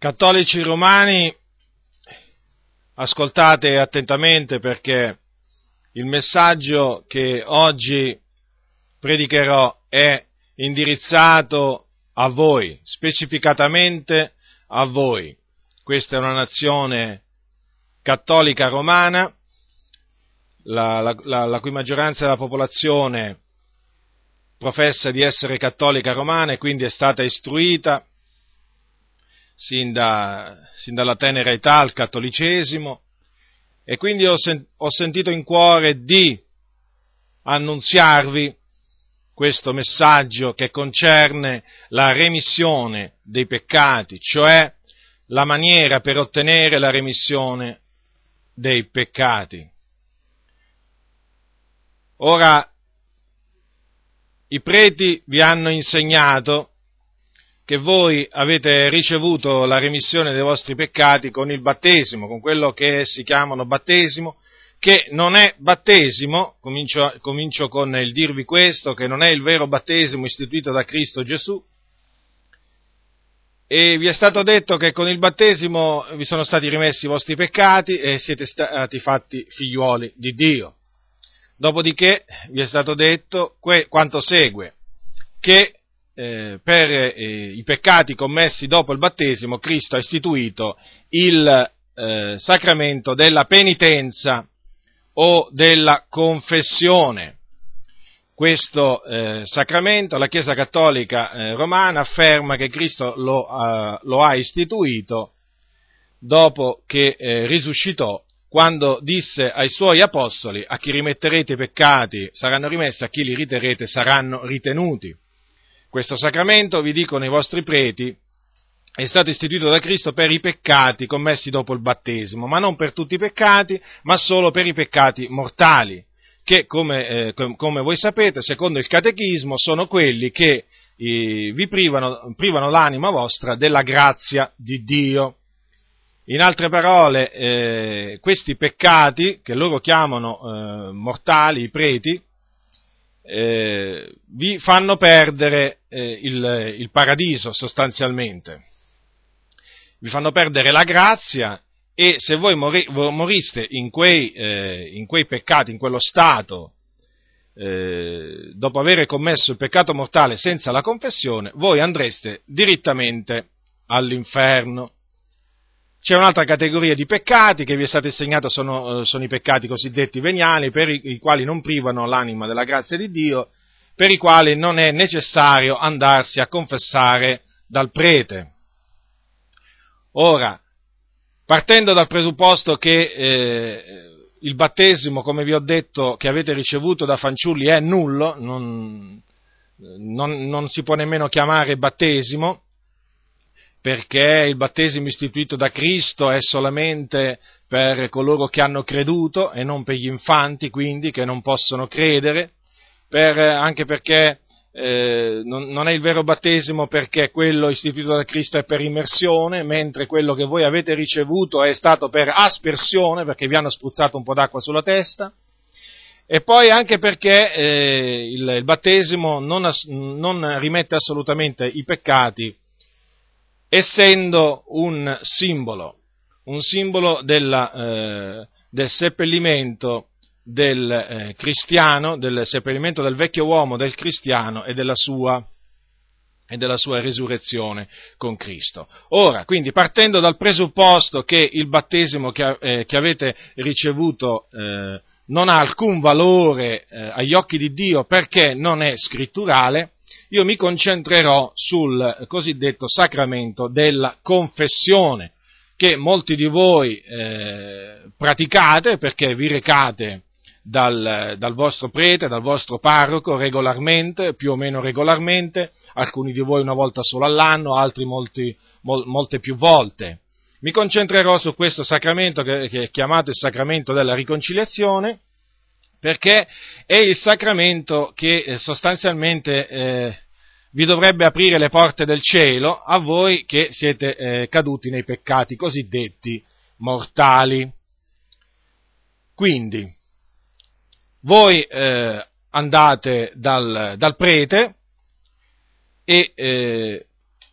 Cattolici romani, ascoltate attentamente perché il messaggio che oggi predicherò è indirizzato a voi, specificatamente a voi. Questa è una nazione cattolica romana, la cui maggioranza della popolazione professa di essere cattolica romana e quindi è stata istruita sin dalla tenera età al cattolicesimo, e quindi ho sentito in cuore di annunziarvi questo messaggio che concerne la remissione dei peccati, cioè la maniera per ottenere la remissione dei peccati. Ora, i preti vi hanno insegnato che voi avete ricevuto la remissione dei vostri peccati con il battesimo, con quello che si chiamano battesimo, che non è battesimo, comincio con il dirvi questo, che non è il vero battesimo istituito da Cristo Gesù, e vi è stato detto che con il battesimo vi sono stati rimessi i vostri peccati e siete stati fatti figliuoli di Dio. Dopodiché vi è stato detto quanto segue, che per i peccati commessi dopo il battesimo Cristo ha istituito il sacramento della penitenza o della confessione. Questo sacramento la Chiesa Cattolica Romana afferma che Cristo lo ha istituito dopo che risuscitò, quando disse ai Suoi Apostoli: a chi rimetterete i peccati saranno rimessi, a chi li riterrete saranno ritenuti. Questo sacramento, vi dicono i vostri preti, è stato istituito da Cristo per i peccati commessi dopo il battesimo, ma non per tutti i peccati, ma solo per i peccati mortali, che come voi sapete, secondo il Catechismo, sono quelli che vi privano l'anima vostra della grazia di Dio. In altre parole, questi peccati, che loro chiamano mortali, i preti, vi fanno perdere il paradiso sostanzialmente, vi fanno perdere la grazia, e se voi moriste in quei peccati, in quello stato, dopo aver commesso il peccato mortale senza la confessione, voi andreste direttamente all'inferno. C'è un'altra categoria di peccati che vi è stato insegnato, sono i peccati cosiddetti veniali, per i quali non privano l'anima della grazia di Dio, per i quali non è necessario andarsi a confessare dal prete. Ora, partendo dal presupposto che il battesimo, come vi ho detto, che avete ricevuto da fanciulli è nullo, non si può nemmeno chiamare battesimo, perché il battesimo istituito da Cristo è solamente per coloro che hanno creduto e non per gli infanti, quindi, che non possono credere, anche perché non è il vero battesimo, perché quello istituito da Cristo è per immersione, mentre quello che voi avete ricevuto è stato per aspersione, perché vi hanno spruzzato un po' d'acqua sulla testa, e poi anche perché il battesimo non rimette assolutamente i peccati, essendo un simbolo del seppellimento del cristiano, del seppellimento del vecchio uomo del cristiano e della sua risurrezione con Cristo. Ora, quindi, partendo dal presupposto che il battesimo che avete ricevuto non ha alcun valore agli occhi di Dio perché non è scritturale, io mi concentrerò sul cosiddetto sacramento della confessione, che molti di voi praticate perché vi recate dal vostro prete, dal vostro parroco regolarmente, più o meno regolarmente, alcuni di voi una volta solo all'anno, altri molte più volte. Mi concentrerò su questo sacramento che è chiamato il sacramento della riconciliazione, perché è il sacramento che sostanzialmente vi dovrebbe aprire le porte del cielo a voi che siete caduti nei peccati cosiddetti mortali. Quindi, voi andate dal prete e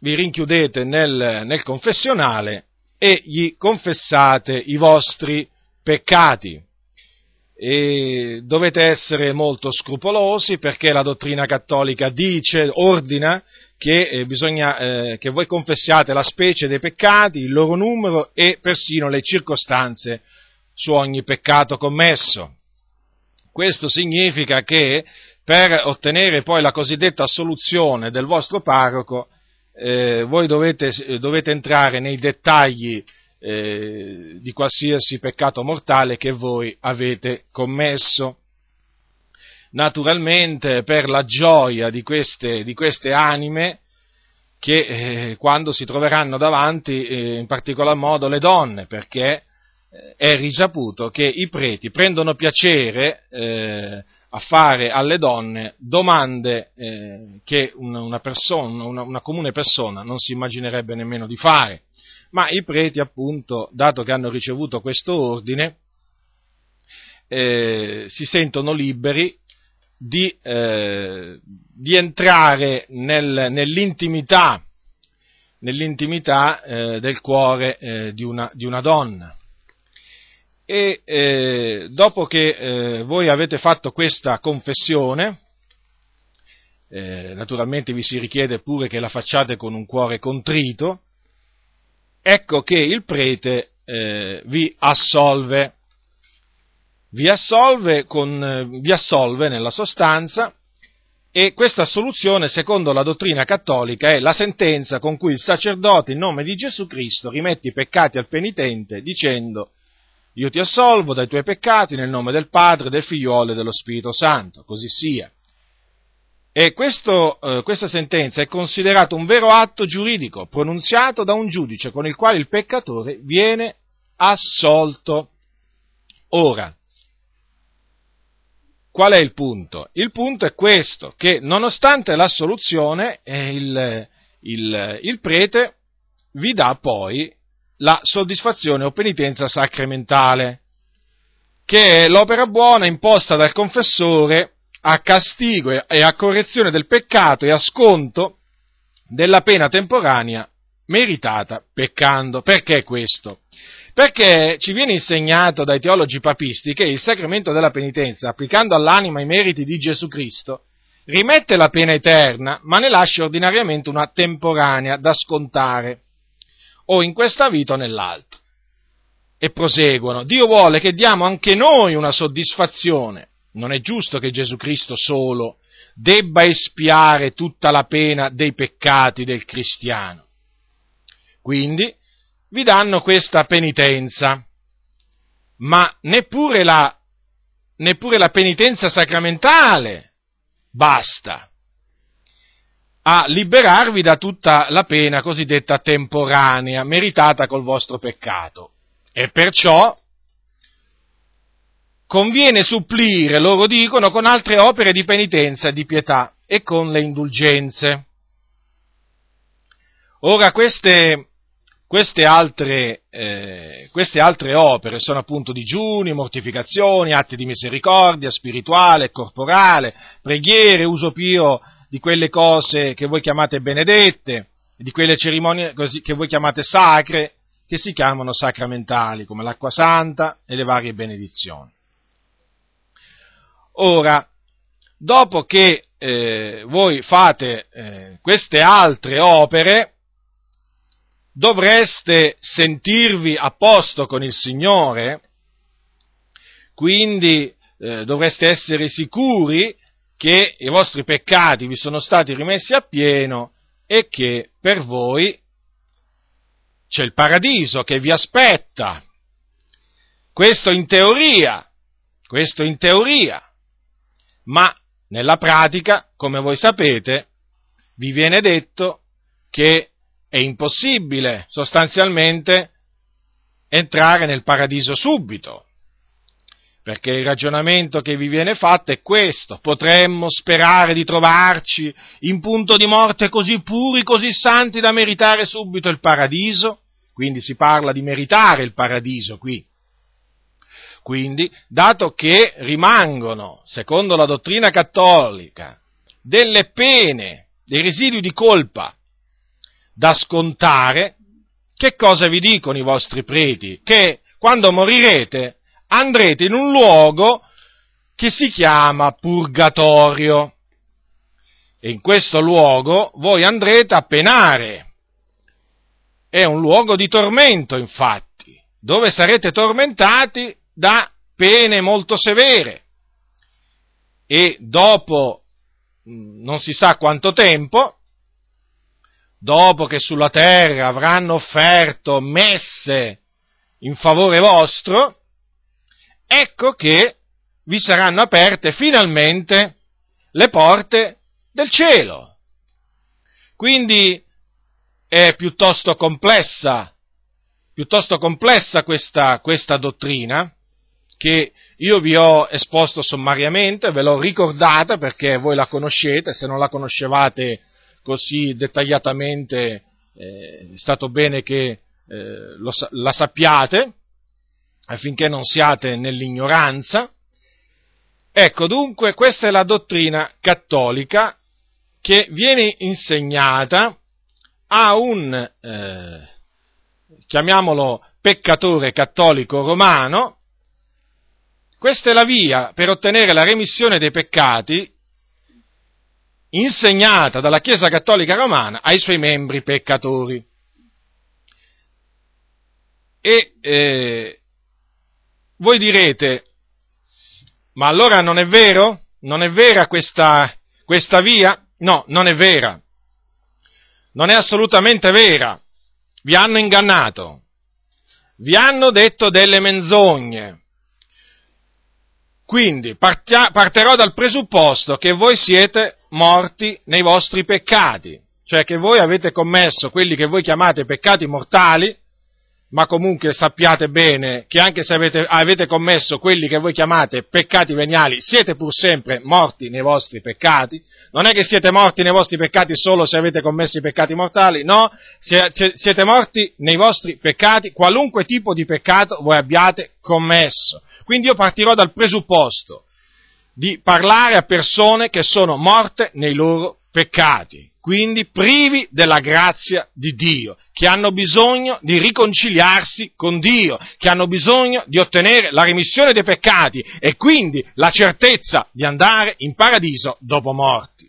vi rinchiudete nel confessionale e gli confessate i vostri peccati. E dovete essere molto scrupolosi, perché la dottrina cattolica ordina che bisogna che voi confessiate la specie dei peccati, il loro numero e persino le circostanze su ogni peccato commesso. Questo significa che per ottenere poi la cosiddetta assoluzione del vostro parroco, voi dovete entrare nei dettagli di qualsiasi peccato mortale che voi avete commesso. Naturalmente, per la gioia di queste anime che quando si troveranno davanti, in particolar modo le donne, perché è risaputo che i preti prendono piacere a fare alle donne domande che una comune persona non si immaginerebbe nemmeno di fare. Ma i preti, appunto, dato che hanno ricevuto questo ordine, si sentono liberi di entrare nell'intimità del cuore di una donna. E dopo che voi avete fatto questa confessione, naturalmente vi si richiede pure che la facciate con un cuore contrito. Ecco che il prete vi assolve nella sostanza, e questa assoluzione, secondo la dottrina cattolica, è la sentenza con cui il sacerdote, in nome di Gesù Cristo, rimette i peccati al penitente dicendo: io ti assolvo dai tuoi peccati nel nome del Padre, del Figliuolo e dello Spirito Santo, così sia. E questa sentenza è considerata un vero atto giuridico pronunziato da un giudice con il quale il peccatore viene assolto. Ora, qual è il punto? Il punto è questo, che nonostante l'assoluzione, il prete vi dà poi la soddisfazione o penitenza sacramentale, che è l'opera buona imposta dal confessore a castigo e a correzione del peccato e a sconto della pena temporanea meritata peccando. Perché questo? Perché ci viene insegnato dai teologi papisti che il sacramento della penitenza, applicando all'anima i meriti di Gesù Cristo, rimette la pena eterna, ma ne lascia ordinariamente una temporanea da scontare, o in questa vita o nell'altra. E proseguono: Dio vuole che diamo anche noi una soddisfazione. Non è giusto che Gesù Cristo solo debba espiare tutta la pena dei peccati del cristiano. Quindi vi danno questa penitenza, ma neppure la penitenza sacramentale basta a liberarvi da tutta la pena cosiddetta temporanea, meritata col vostro peccato. E perciò conviene supplire, loro dicono, con altre opere di penitenza e di pietà e con le indulgenze. Ora queste altre opere sono appunto digiuni, mortificazioni, atti di misericordia spirituale e corporale, preghiere, uso pio di quelle cose che voi chiamate benedette, di quelle cerimonie che voi chiamate sacre, che si chiamano sacramentali, come l'acqua santa e le varie benedizioni. Ora, dopo che voi fate queste altre opere, dovreste sentirvi a posto con il Signore, quindi dovreste essere sicuri che i vostri peccati vi sono stati rimessi appieno e che per voi c'è il paradiso che vi aspetta. Questo in teoria, ma nella pratica, come voi sapete, vi viene detto che è impossibile sostanzialmente entrare nel paradiso subito, perché il ragionamento che vi viene fatto è questo: potremmo sperare di trovarci in punto di morte così puri, così santi da meritare subito il paradiso? Quindi si parla di meritare il paradiso qui. Quindi, dato che rimangono, secondo la dottrina cattolica, delle pene, dei residui di colpa da scontare, che cosa vi dicono i vostri preti? Che quando morirete andrete in un luogo che si chiama purgatorio, e in questo luogo voi andrete a penare. È un luogo di tormento, infatti, dove sarete tormentati da pene molto severe, e dopo non si sa quanto tempo, dopo che sulla terra avranno offerto messe in favore vostro, ecco che vi saranno aperte finalmente le porte del cielo. Quindi è piuttosto complessa questa dottrina, che io vi ho esposto sommariamente, ve l'ho ricordata perché voi la conoscete. Se non la conoscevate così dettagliatamente, è stato bene che la sappiate, affinché non siate nell'ignoranza. Ecco, dunque, questa è la dottrina cattolica che viene insegnata a un, chiamiamolo, peccatore cattolico romano. Questa è la via per ottenere la remissione dei peccati insegnata dalla Chiesa Cattolica Romana ai suoi membri peccatori. E voi direte, ma allora non è vero? Non è vera questa via? No, non è vera. Non è assolutamente vera. Vi hanno ingannato. Vi hanno detto delle menzogne. Quindi partirò dal presupposto che voi siete morti nei vostri peccati, cioè che voi avete commesso quelli che voi chiamate peccati mortali, ma comunque sappiate bene che anche se avete commesso quelli che voi chiamate peccati veniali, siete pur sempre morti nei vostri peccati. Non è che siete morti nei vostri peccati solo se avete commesso i peccati mortali, no, siete morti nei vostri peccati, qualunque tipo di peccato voi abbiate commesso. Quindi io partirò dal presupposto di parlare a persone che sono morte nei loro peccati, quindi privi della grazia di Dio, che hanno bisogno di riconciliarsi con Dio, che hanno bisogno di ottenere la remissione dei peccati e quindi la certezza di andare in paradiso dopo morti.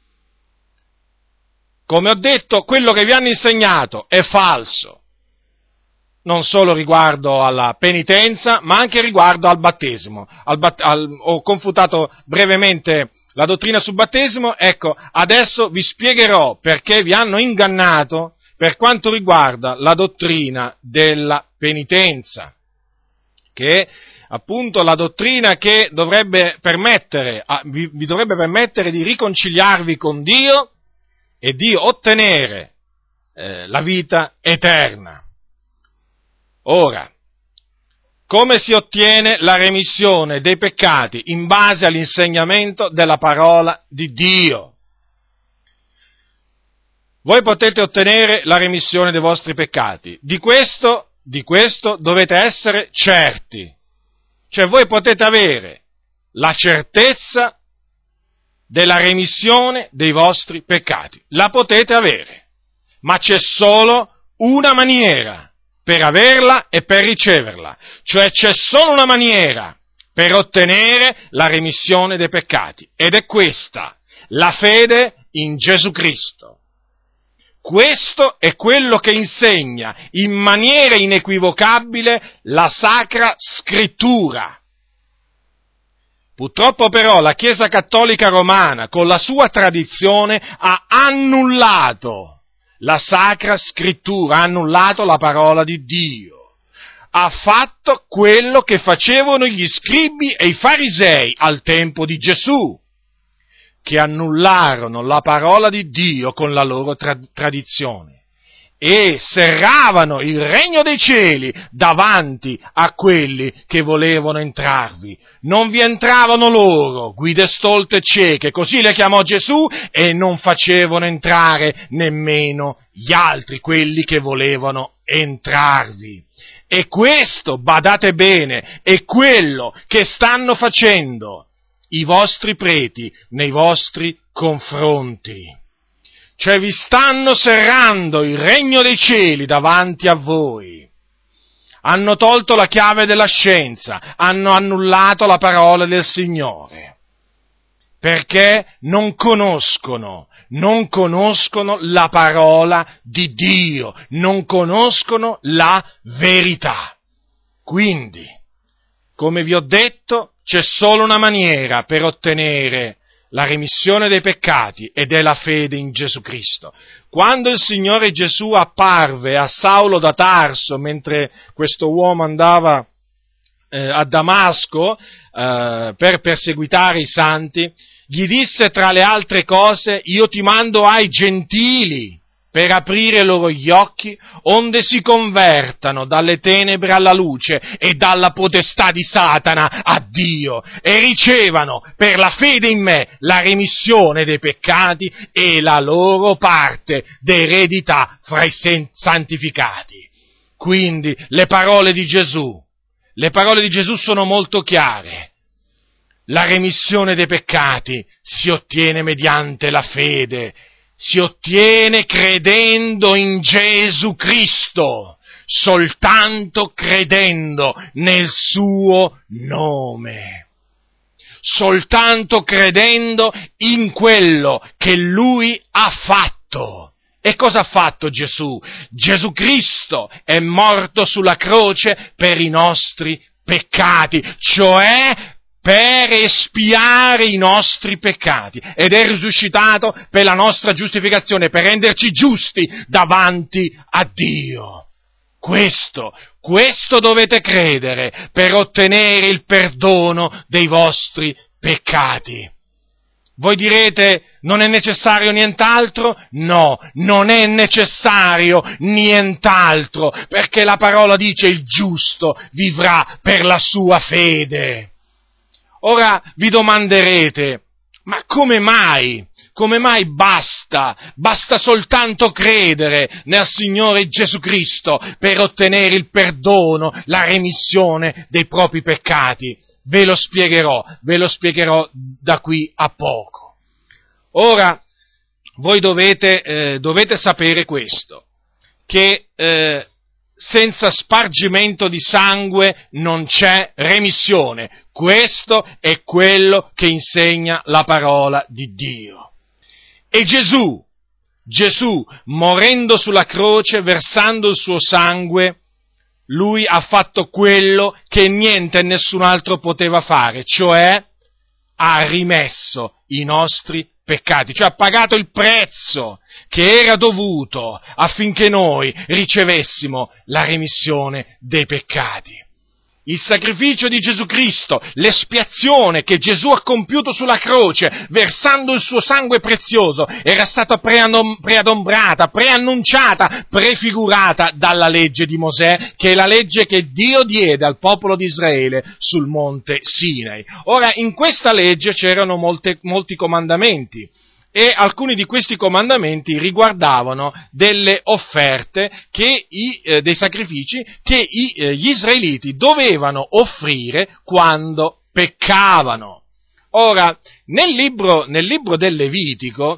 Come ho detto, quello che vi hanno insegnato è falso, non solo riguardo alla penitenza, ma anche riguardo al battesimo. Ho confutato brevemente la dottrina sul battesimo, ecco, adesso vi spiegherò perché vi hanno ingannato per quanto riguarda la dottrina della penitenza, che è appunto la dottrina che dovrebbe vi dovrebbe permettere di riconciliarvi con Dio e di ottenere la vita eterna. Ora, come si ottiene la remissione dei peccati? In base all'insegnamento della parola di Dio. Voi potete ottenere la remissione dei vostri peccati. Di questo dovete essere certi. Cioè voi potete avere la certezza della remissione dei vostri peccati. La potete avere. Ma c'è solo una maniera per averla e per riceverla, cioè c'è solo una maniera per ottenere la remissione dei peccati, ed è questa, la fede in Gesù Cristo. Questo è quello che insegna in maniera inequivocabile la Sacra Scrittura. Purtroppo però la Chiesa Cattolica Romana, con la sua tradizione, ha annullato la Sacra Scrittura, ha annullato la parola di Dio, ha fatto quello che facevano gli scribi e i farisei al tempo di Gesù, che annullarono la parola di Dio con la loro tradizione e serravano il regno dei cieli davanti a quelli che volevano entrarvi. Non vi entravano loro, guide stolte e cieche, così le chiamò Gesù, e non facevano entrare nemmeno gli altri, quelli che volevano entrarvi. E questo, badate bene, è quello che stanno facendo i vostri preti nei vostri confronti. Cioè vi stanno serrando il regno dei cieli davanti a voi. Hanno tolto la chiave della scienza, hanno annullato la parola del Signore, perché non conoscono la parola di Dio, non conoscono la verità. Quindi, come vi ho detto, c'è solo una maniera per ottenere la remissione dei peccati, ed è la fede in Gesù Cristo. Quando il Signore Gesù apparve a Saulo da Tarso, mentre questo uomo andava a Damasco per perseguitare i santi, gli disse tra le altre cose: io ti mando ai gentili per aprire loro gli occhi, onde si convertano dalle tenebre alla luce e dalla potestà di Satana a Dio, e ricevano per la fede in me la remissione dei peccati e la loro parte d'eredità fra i santificati. Quindi le parole di Gesù sono molto chiare. La remissione dei peccati si ottiene mediante la fede, si ottiene credendo in Gesù Cristo, soltanto credendo nel suo nome, soltanto credendo in quello che Lui ha fatto. E cosa ha fatto Gesù? Gesù Cristo è morto sulla croce per i nostri peccati, cioè per espiare i nostri peccati, ed è risuscitato per la nostra giustificazione, per renderci giusti davanti a Dio. Questo dovete credere per ottenere il perdono dei vostri peccati. Voi direte: non è necessario nient'altro? No, non è necessario nient'altro, perché la parola dice: il giusto vivrà per la sua fede. Ora vi domanderete: ma come mai? Come mai basta soltanto credere nel Signore Gesù Cristo per ottenere il perdono, la remissione dei propri peccati? Ve lo spiegherò da qui a poco. Ora, voi dovete sapere questo, che senza spargimento di sangue non c'è remissione. Questo è quello che insegna la parola di Dio. E Gesù, morendo sulla croce, versando il suo sangue, Lui ha fatto quello che niente e nessun altro poteva fare, cioè ha rimesso i nostri peccati, cioè ha pagato il prezzo che era dovuto affinché noi ricevessimo la remissione dei peccati. Il sacrificio di Gesù Cristo, l'espiazione che Gesù ha compiuto sulla croce, versando il suo sangue prezioso, era stata preadombrata, preannunciata, prefigurata dalla legge di Mosè, che è la legge che Dio diede al popolo di Israele sul monte Sinai. Ora, in questa legge c'erano molti comandamenti, e alcuni di questi comandamenti riguardavano delle offerte dei sacrifici che gli israeliti dovevano offrire quando peccavano. Ora, nel libro del Levitico,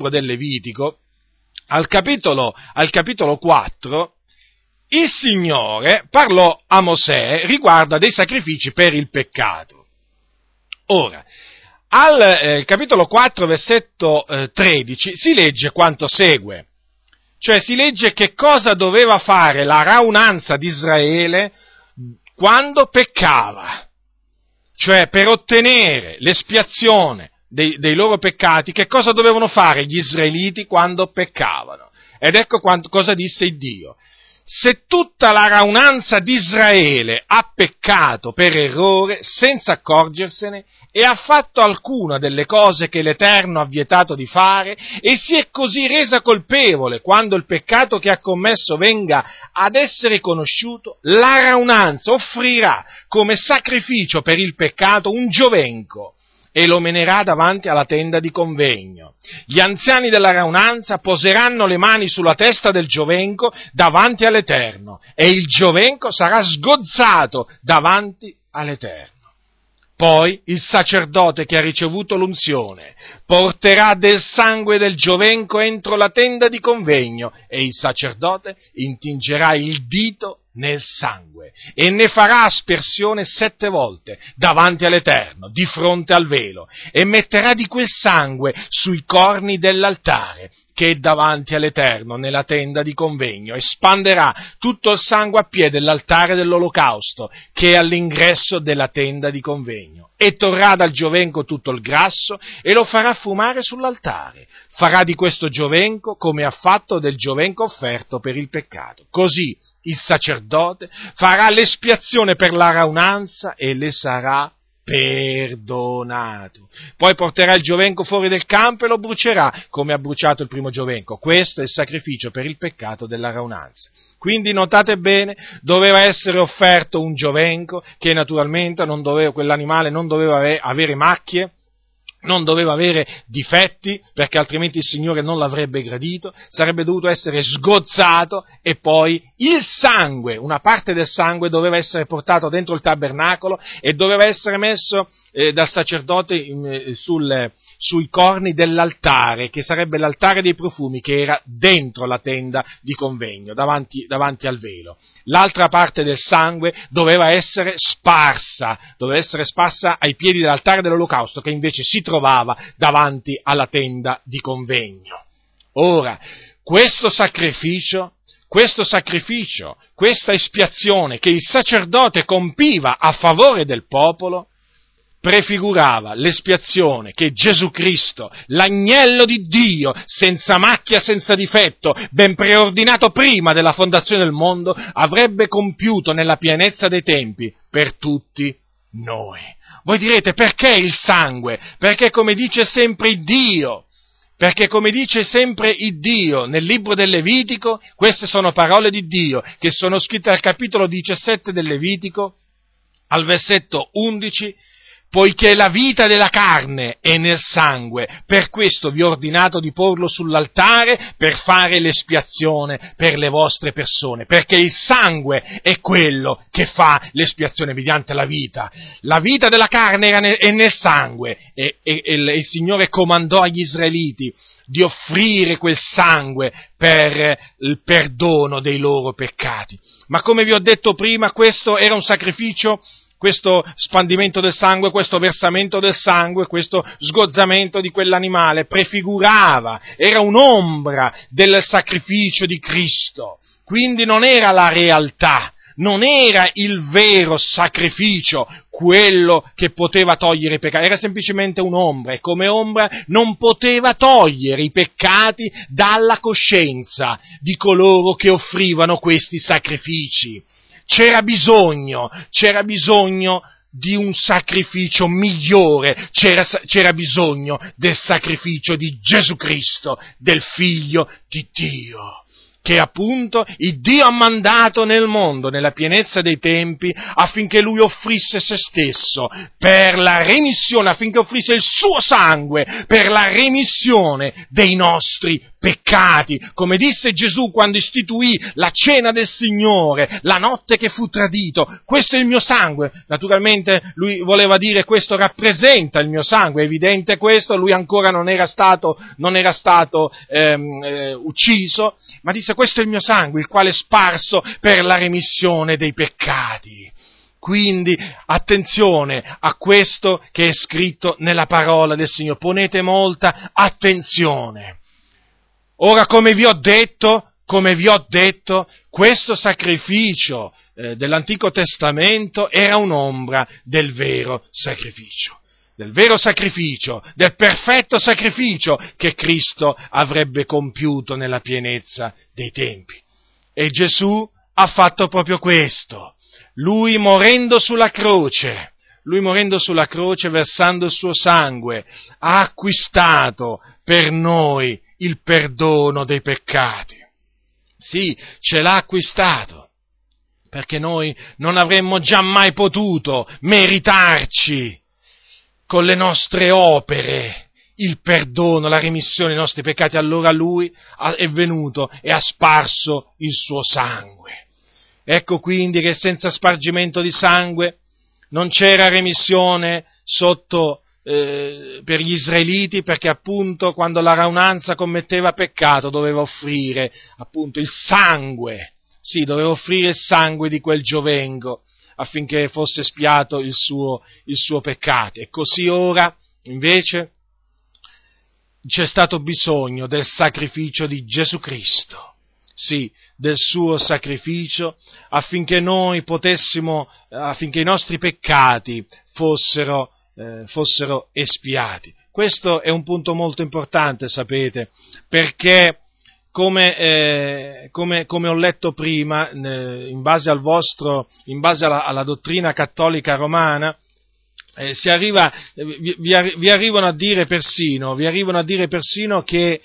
al capitolo 4, il Signore parlò a Mosè riguardo a dei sacrifici per il peccato. Ora, al capitolo 4, versetto 13, si legge quanto segue, cioè si legge che cosa doveva fare la raunanza di Israele quando peccava, cioè per ottenere l'espiazione dei loro peccati, che cosa dovevano fare gli israeliti quando peccavano. Ed ecco cosa disse Dio: se tutta la raunanza di Israele ha peccato per errore senza accorgersene, e ha fatto alcuna delle cose che l'Eterno ha vietato di fare, e si è così resa colpevole quando il peccato che ha commesso venga ad essere conosciuto, la raunanza offrirà come sacrificio per il peccato un giovenco e lo menerà davanti alla tenda di convegno. Gli anziani della raunanza poseranno le mani sulla testa del giovenco davanti all'Eterno, e il giovenco sarà sgozzato davanti all'Eterno. Poi il sacerdote che ha ricevuto l'unzione porterà del sangue del giovenco entro la tenda di convegno e il sacerdote intingerà il dito nel sangue e ne farà aspersione 7 volte davanti all'Eterno, di fronte al velo, e metterà di quel sangue sui corni dell'altare che è davanti all'Eterno nella tenda di convegno, e spanderà tutto il sangue a piede dell'altare dell'olocausto che è all'ingresso della tenda di convegno, e torrà dal giovenco tutto il grasso e lo farà fumare sull'altare. Farà di questo giovenco come ha fatto del giovenco offerto per il peccato. Così il sacerdote farà l'espiazione per la raunanza e le sarà perdonato. Poi porterà il giovenco fuori del campo e lo brucerà come ha bruciato il primo giovenco. Questo è il sacrificio per il peccato della raunanza. Quindi notate bene, doveva essere offerto un giovenco che naturalmente quell'animale non doveva avere macchie, non doveva avere difetti, perché altrimenti il Signore non l'avrebbe gradito, sarebbe dovuto essere sgozzato, e poi il sangue, una parte del sangue doveva essere portato dentro il tabernacolo e doveva essere messo dal sacerdote sui corni dell'altare, che sarebbe l'altare dei profumi, che era dentro la tenda di convegno, davanti al velo. L'altra parte del sangue doveva essere sparsa ai piedi dell'altare dell'olocausto, che invece si trovava davanti alla tenda di convegno. Ora, questo sacrificio, questa espiazione che il sacerdote compiva a favore del popolo, prefigurava l'espiazione che Gesù Cristo, l'agnello di Dio, senza macchia, senza difetto, ben preordinato prima della fondazione del mondo, avrebbe compiuto nella pienezza dei tempi per tutti noi. Voi direte, perché il sangue? Perché come dice sempre Dio nel libro del Levitico, queste sono parole di Dio che sono scritte al capitolo 17 del Levitico, al versetto 11, poiché la vita della carne è nel sangue, per questo vi ho ordinato di porlo sull'altare per fare l'espiazione per le vostre persone, perché il sangue è quello che fa l'espiazione mediante la vita. La vita della carne è nel sangue, e il Signore comandò agli Israeliti di offrire quel sangue per il perdono dei loro peccati. Ma come vi ho detto prima, questo era un sacrificio, questo spandimento del sangue, questo versamento del sangue, questo sgozzamento di quell'animale prefigurava, era un'ombra del sacrificio di Cristo, quindi non era la realtà, non era il vero sacrificio quello che poteva togliere i peccati, era semplicemente un'ombra, e come ombra non poteva togliere i peccati dalla coscienza di coloro che offrivano questi sacrifici. C'era bisogno di un sacrificio migliore, c'era bisogno del sacrificio di Gesù Cristo, del Figlio di Dio, che appunto il Dio ha mandato nel mondo, nella pienezza dei tempi, affinché Lui offrisse se stesso per la remissione, affinché offrisse il suo sangue per la remissione dei nostri peccati, come disse Gesù quando istituì la cena del Signore, la notte che fu tradito. Questo è il mio sangue. Naturalmente lui voleva dire: questo rappresenta il mio sangue. È evidente questo, lui ancora non era stato ucciso, ma disse: questo è il mio sangue, il quale è sparso per la remissione dei peccati. Quindi attenzione a questo che è scritto nella parola del Signore, ponete molta attenzione. Ora, come vi ho detto, questo sacrificio dell'Antico Testamento era un'ombra del vero sacrificio, del perfetto sacrificio che Cristo avrebbe compiuto nella pienezza dei tempi. E Gesù ha fatto proprio questo. Lui morendo sulla croce, versando il suo sangue, ha acquistato per noi il perdono dei peccati. Sì, ce l'ha acquistato, perché noi non avremmo giammai potuto meritarci con le nostre opere il perdono, la remissione dei nostri peccati. Allora Lui è venuto e ha sparso il suo sangue. Ecco quindi che senza spargimento di sangue non c'era remissione per gli israeliti, perché appunto quando la raunanza commetteva peccato doveva offrire appunto il sangue, sì, doveva offrire il sangue di quel giovenco affinché fosse espiato il suo peccato. E così ora invece c'è stato bisogno del sacrificio di Gesù Cristo, sì, del suo sacrificio, affinché affinché i nostri peccati fossero espiati. Questo è un punto molto importante, sapete, perché come ho letto prima, in base alla dottrina cattolica romana, vi arrivano a dire persino che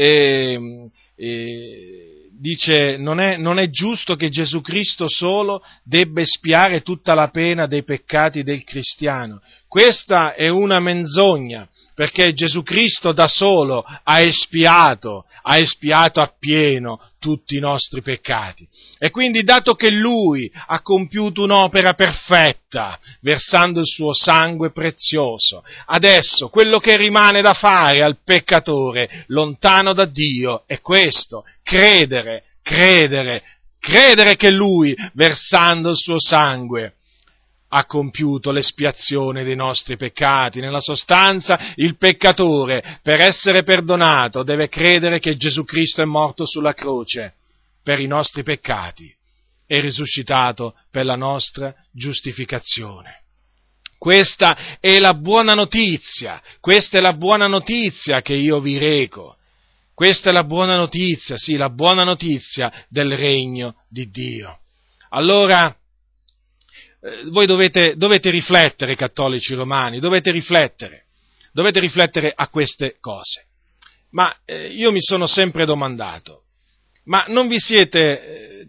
dice non è giusto che Gesù Cristo solo debba espiare tutta la pena dei peccati del cristiano. Questa è una menzogna, perché Gesù Cristo da solo ha espiato appieno tutti i nostri peccati. E quindi, dato che Lui ha compiuto un'opera perfetta, versando il suo sangue prezioso, adesso quello che rimane da fare al peccatore lontano da Dio è questo: credere che Lui, versando il suo sangue, ha compiuto l'espiazione dei nostri peccati. Nella sostanza, il peccatore, per essere perdonato, deve credere che Gesù Cristo è morto sulla croce per i nostri peccati e risuscitato per la nostra giustificazione. Questa è la buona notizia che io vi reco. Questa è la buona notizia, sì, la buona notizia del regno di Dio. Allora, voi dovete riflettere, cattolici romani, dovete riflettere a queste cose. Ma io mi sono sempre domandato, ma non vi siete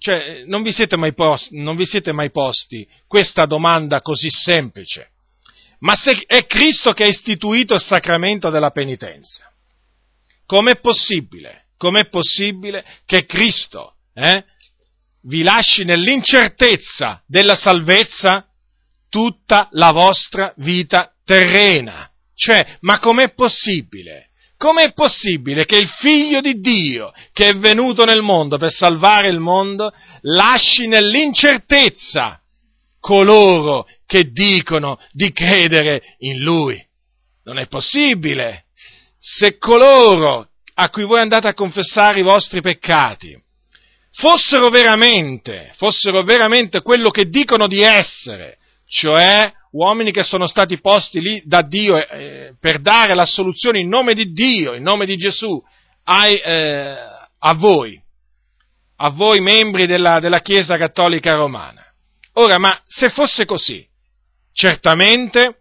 mai posti questa domanda così semplice? Ma se è Cristo che ha istituito il sacramento della penitenza, com'è possibile che Cristo, vi lasci nell'incertezza della salvezza tutta la vostra vita terrena? Cioè, ma com'è possibile? Com'è possibile che il Figlio di Dio, che è venuto nel mondo per salvare il mondo, lasci nell'incertezza coloro che dicono di credere in Lui? Non è possibile. Se coloro a cui voi andate a confessare i vostri peccati fossero veramente quello che dicono di essere, cioè uomini che sono stati posti lì da Dio per dare l'assoluzione in nome di Dio, in nome di Gesù, a voi membri della Chiesa Cattolica Romana. Ora, ma se fosse così, certamente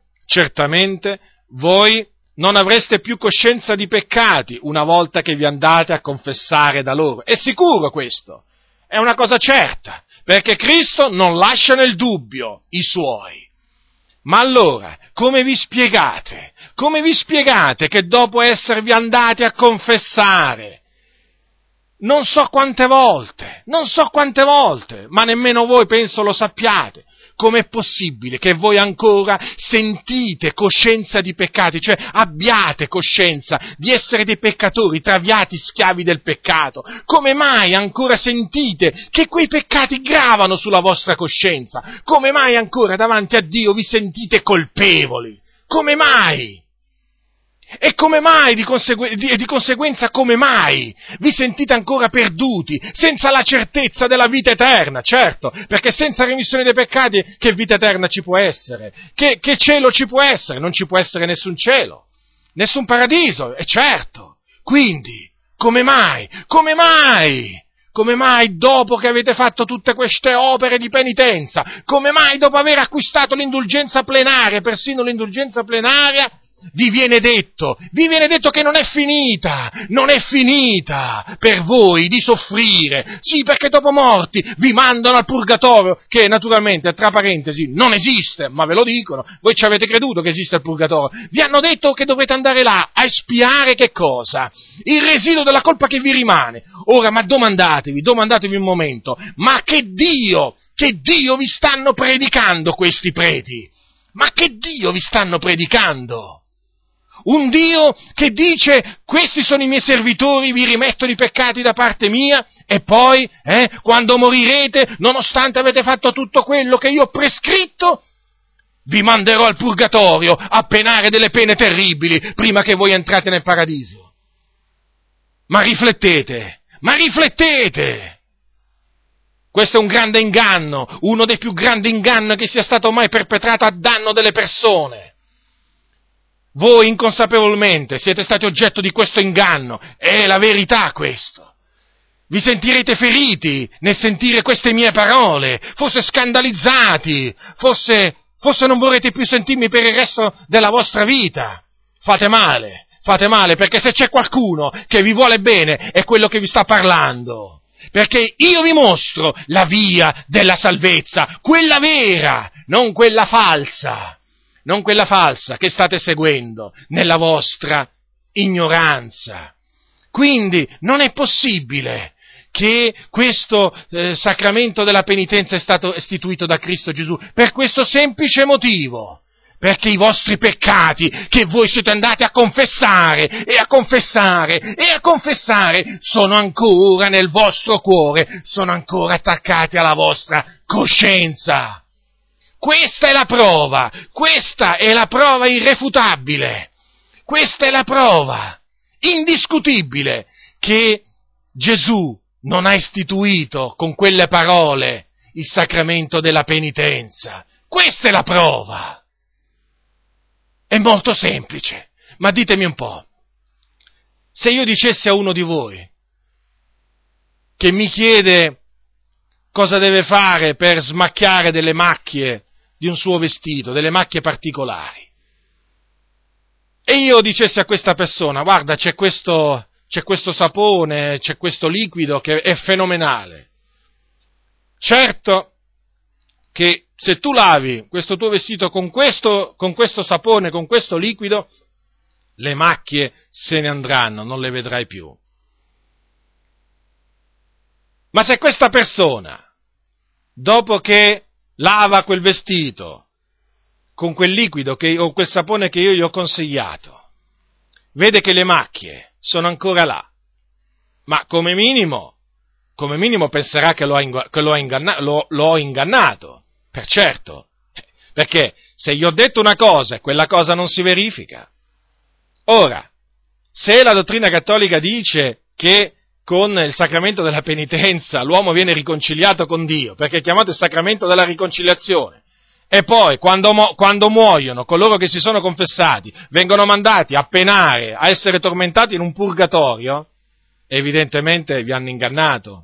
voi non avreste più coscienza di peccati una volta che vi andate a confessare da loro. È sicuro questo, è una cosa certa, perché Cristo non lascia nel dubbio i suoi. Ma allora, come vi spiegate che dopo esservi andati a confessare, non so quante volte, ma nemmeno voi penso lo sappiate, com'è possibile che voi ancora sentite coscienza di peccati, cioè abbiate coscienza di essere dei peccatori, traviati schiavi del peccato? Come mai ancora sentite che quei peccati gravano sulla vostra coscienza? Come mai ancora davanti a Dio vi sentite colpevoli? Come mai? E come mai, di conseguenza, come mai vi sentite ancora perduti, senza la certezza della vita eterna? Certo, perché senza remissione dei peccati che vita eterna ci può essere? Che cielo ci può essere? Non ci può essere nessun cielo, nessun paradiso, è certo. Quindi, come mai? Come mai dopo che avete fatto tutte queste opere di penitenza, come mai dopo aver acquistato l'indulgenza plenaria, persino l'indulgenza plenaria, vi viene detto che non è finita per voi di soffrire, sì, perché dopo morti vi mandano al purgatorio, che naturalmente, tra parentesi, non esiste, ma ve lo dicono, voi ci avete creduto che esiste il purgatorio, vi hanno detto che dovete andare là a espiare che cosa? Il residuo della colpa che vi rimane. Ora, ma domandatevi un momento, ma che Dio vi stanno predicando questi preti? Ma che Dio vi stanno predicando? Un Dio che dice: questi sono i miei servitori, vi rimettono i peccati da parte mia, e poi, quando morirete, nonostante avete fatto tutto quello che io ho prescritto, vi manderò al purgatorio a penare delle pene terribili prima che voi entrate nel paradiso. Ma riflettete! Questo è un grande inganno, uno dei più grandi inganni che sia stato mai perpetrato a danno delle persone. Voi inconsapevolmente siete stati oggetto di questo inganno, è la verità questo. Vi sentirete feriti nel sentire queste mie parole, forse scandalizzati, forse non vorrete più sentirmi per il resto della vostra vita. Fate male, perché se c'è qualcuno che vi vuole bene è quello che vi sta parlando. Perché io vi mostro la via della salvezza, quella vera, non quella falsa che state seguendo nella vostra ignoranza. Quindi non è possibile che questo sacramento della penitenza è stato istituito da Cristo Gesù per questo semplice motivo. Perché i vostri peccati che voi siete andati a confessare sono ancora nel vostro cuore, sono ancora attaccati alla vostra coscienza. Questa è la prova irrefutabile, questa è la prova indiscutibile che Gesù non ha istituito con quelle parole il sacramento della penitenza. Questa è la prova. È molto semplice, ma ditemi un po', se io dicessi a uno di voi che mi chiede cosa deve fare per smacchiare delle macchie di un suo vestito, delle macchie particolari, e io dicessi a questa persona: guarda, c'è questo sapone, c'è questo liquido che è fenomenale, certo che se tu lavi questo tuo vestito con questo sapone, con questo liquido, le macchie se ne andranno, non le vedrai più. Ma se questa persona, dopo che lava quel vestito con quel liquido o quel sapone che io gli ho consigliato, vede che le macchie sono ancora là, ma come minimo penserà che l'ho ingannato. Per certo, perché se gli ho detto una cosa e quella cosa non si verifica. Ora, se la dottrina cattolica dice che con il sacramento della penitenza l'uomo viene riconciliato con Dio, perché è chiamato il sacramento della riconciliazione, e poi quando muoiono coloro che si sono confessati vengono mandati a penare, a essere tormentati in un purgatorio, evidentemente vi hanno ingannato,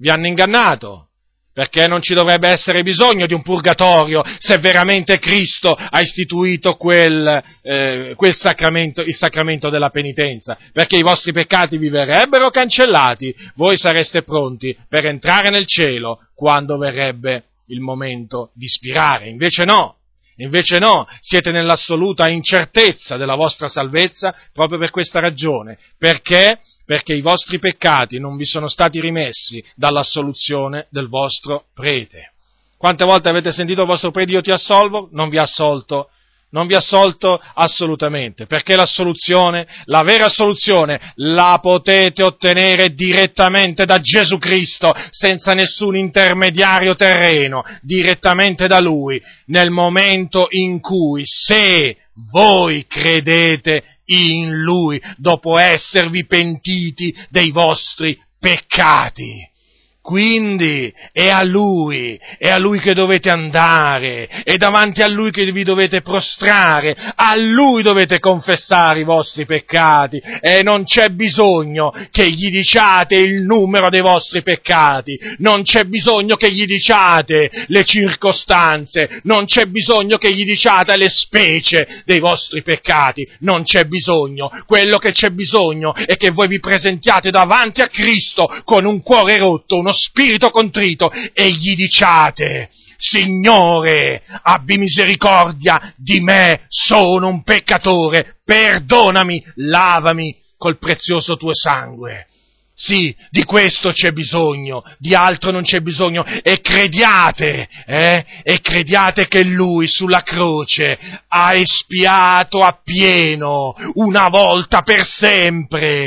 perché non ci dovrebbe essere bisogno di un purgatorio se veramente Cristo ha istituito quel sacramento, il sacramento della penitenza, perché i vostri peccati vi verrebbero cancellati, voi sareste pronti per entrare nel cielo quando verrebbe il momento di spirare. Invece no, siete nell'assoluta incertezza della vostra salvezza proprio per questa ragione, perché i vostri peccati non vi sono stati rimessi dall'assoluzione del vostro prete. Quante volte avete sentito il vostro prete: io ti assolvo? Non vi ha assolto assolutamente, perché l'assoluzione, la vera assoluzione, la potete ottenere direttamente da Gesù Cristo, senza nessun intermediario terreno, direttamente da Lui, nel momento in cui, se voi credete in Lui, dopo esservi pentiti dei vostri peccati. Quindi è a Lui che dovete andare, è davanti a Lui che vi dovete prostrare, a Lui dovete confessare i vostri peccati, e non c'è bisogno che gli diciate il numero dei vostri peccati, non c'è bisogno che gli diciate le circostanze, non c'è bisogno che gli diciate le specie dei vostri peccati, non c'è bisogno. Quello che c'è bisogno è che voi vi presentiate davanti a Cristo con un cuore rotto, uno spirito contrito, e gli diciate: Signore, abbi misericordia di me, sono un peccatore, perdonami, lavami col prezioso tuo sangue. Sì, di questo c'è bisogno, di altro non c'è bisogno, e crediate che Lui sulla croce ha espiato appieno, una volta per sempre,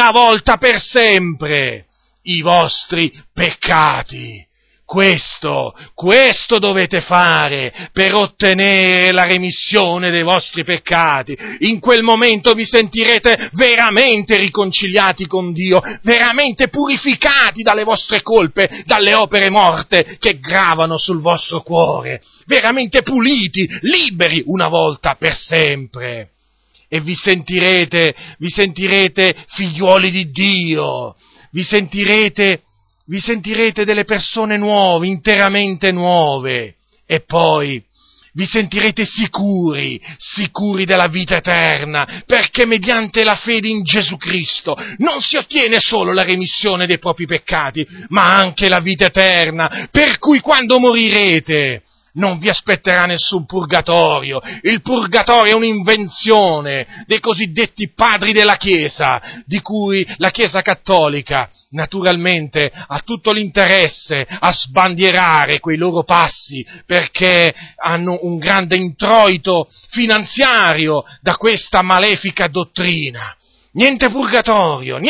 i vostri peccati. Questo dovete fare per ottenere la remissione dei vostri peccati. In quel momento vi sentirete veramente riconciliati con Dio, veramente purificati dalle vostre colpe, dalle opere morte che gravano sul vostro cuore, veramente puliti, liberi una volta per sempre. E vi sentirete figliuoli di Dio, vi sentirete delle persone nuove, interamente nuove, e poi vi sentirete sicuri della vita eterna, perché mediante la fede in Gesù Cristo non si ottiene solo la remissione dei propri peccati, ma anche la vita eterna, per cui quando morirete non vi aspetterà nessun purgatorio. Il purgatorio è un'invenzione dei cosiddetti padri della Chiesa, di cui la Chiesa cattolica naturalmente ha tutto l'interesse a sbandierare quei loro passi, perché hanno un grande introito finanziario da questa malefica dottrina. Niente purgatorio,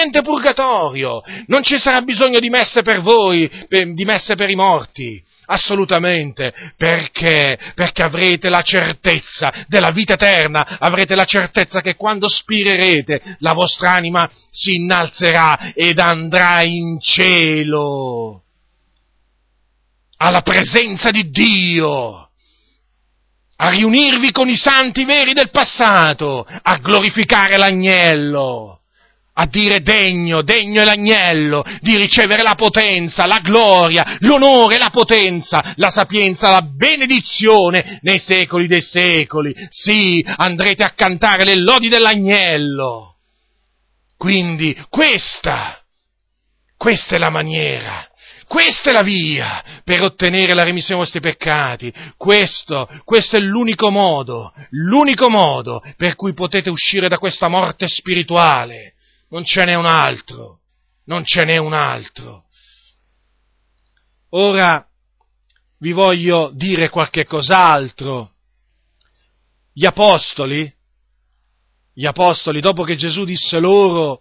non ci sarà bisogno di messe per voi, di messe per i morti, assolutamente, perché avrete la certezza della vita eterna, avrete la certezza che quando spirerete la vostra anima si innalzerà ed andrà in cielo, alla presenza di Dio, a riunirvi con i santi veri del passato, a glorificare l'agnello, a dire degno è l'agnello di ricevere la potenza, la gloria, l'onore, la potenza, la sapienza, la benedizione nei secoli dei secoli. Sì, andrete a cantare le lodi dell'agnello. Quindi questa è la maniera. Questa è la via per ottenere la remissione dei vostri peccati. Questo è l'unico modo per cui potete uscire da questa morte spirituale. Non ce n'è un altro. Ora vi voglio dire qualche cos'altro. Gli apostoli, dopo che Gesù disse loro: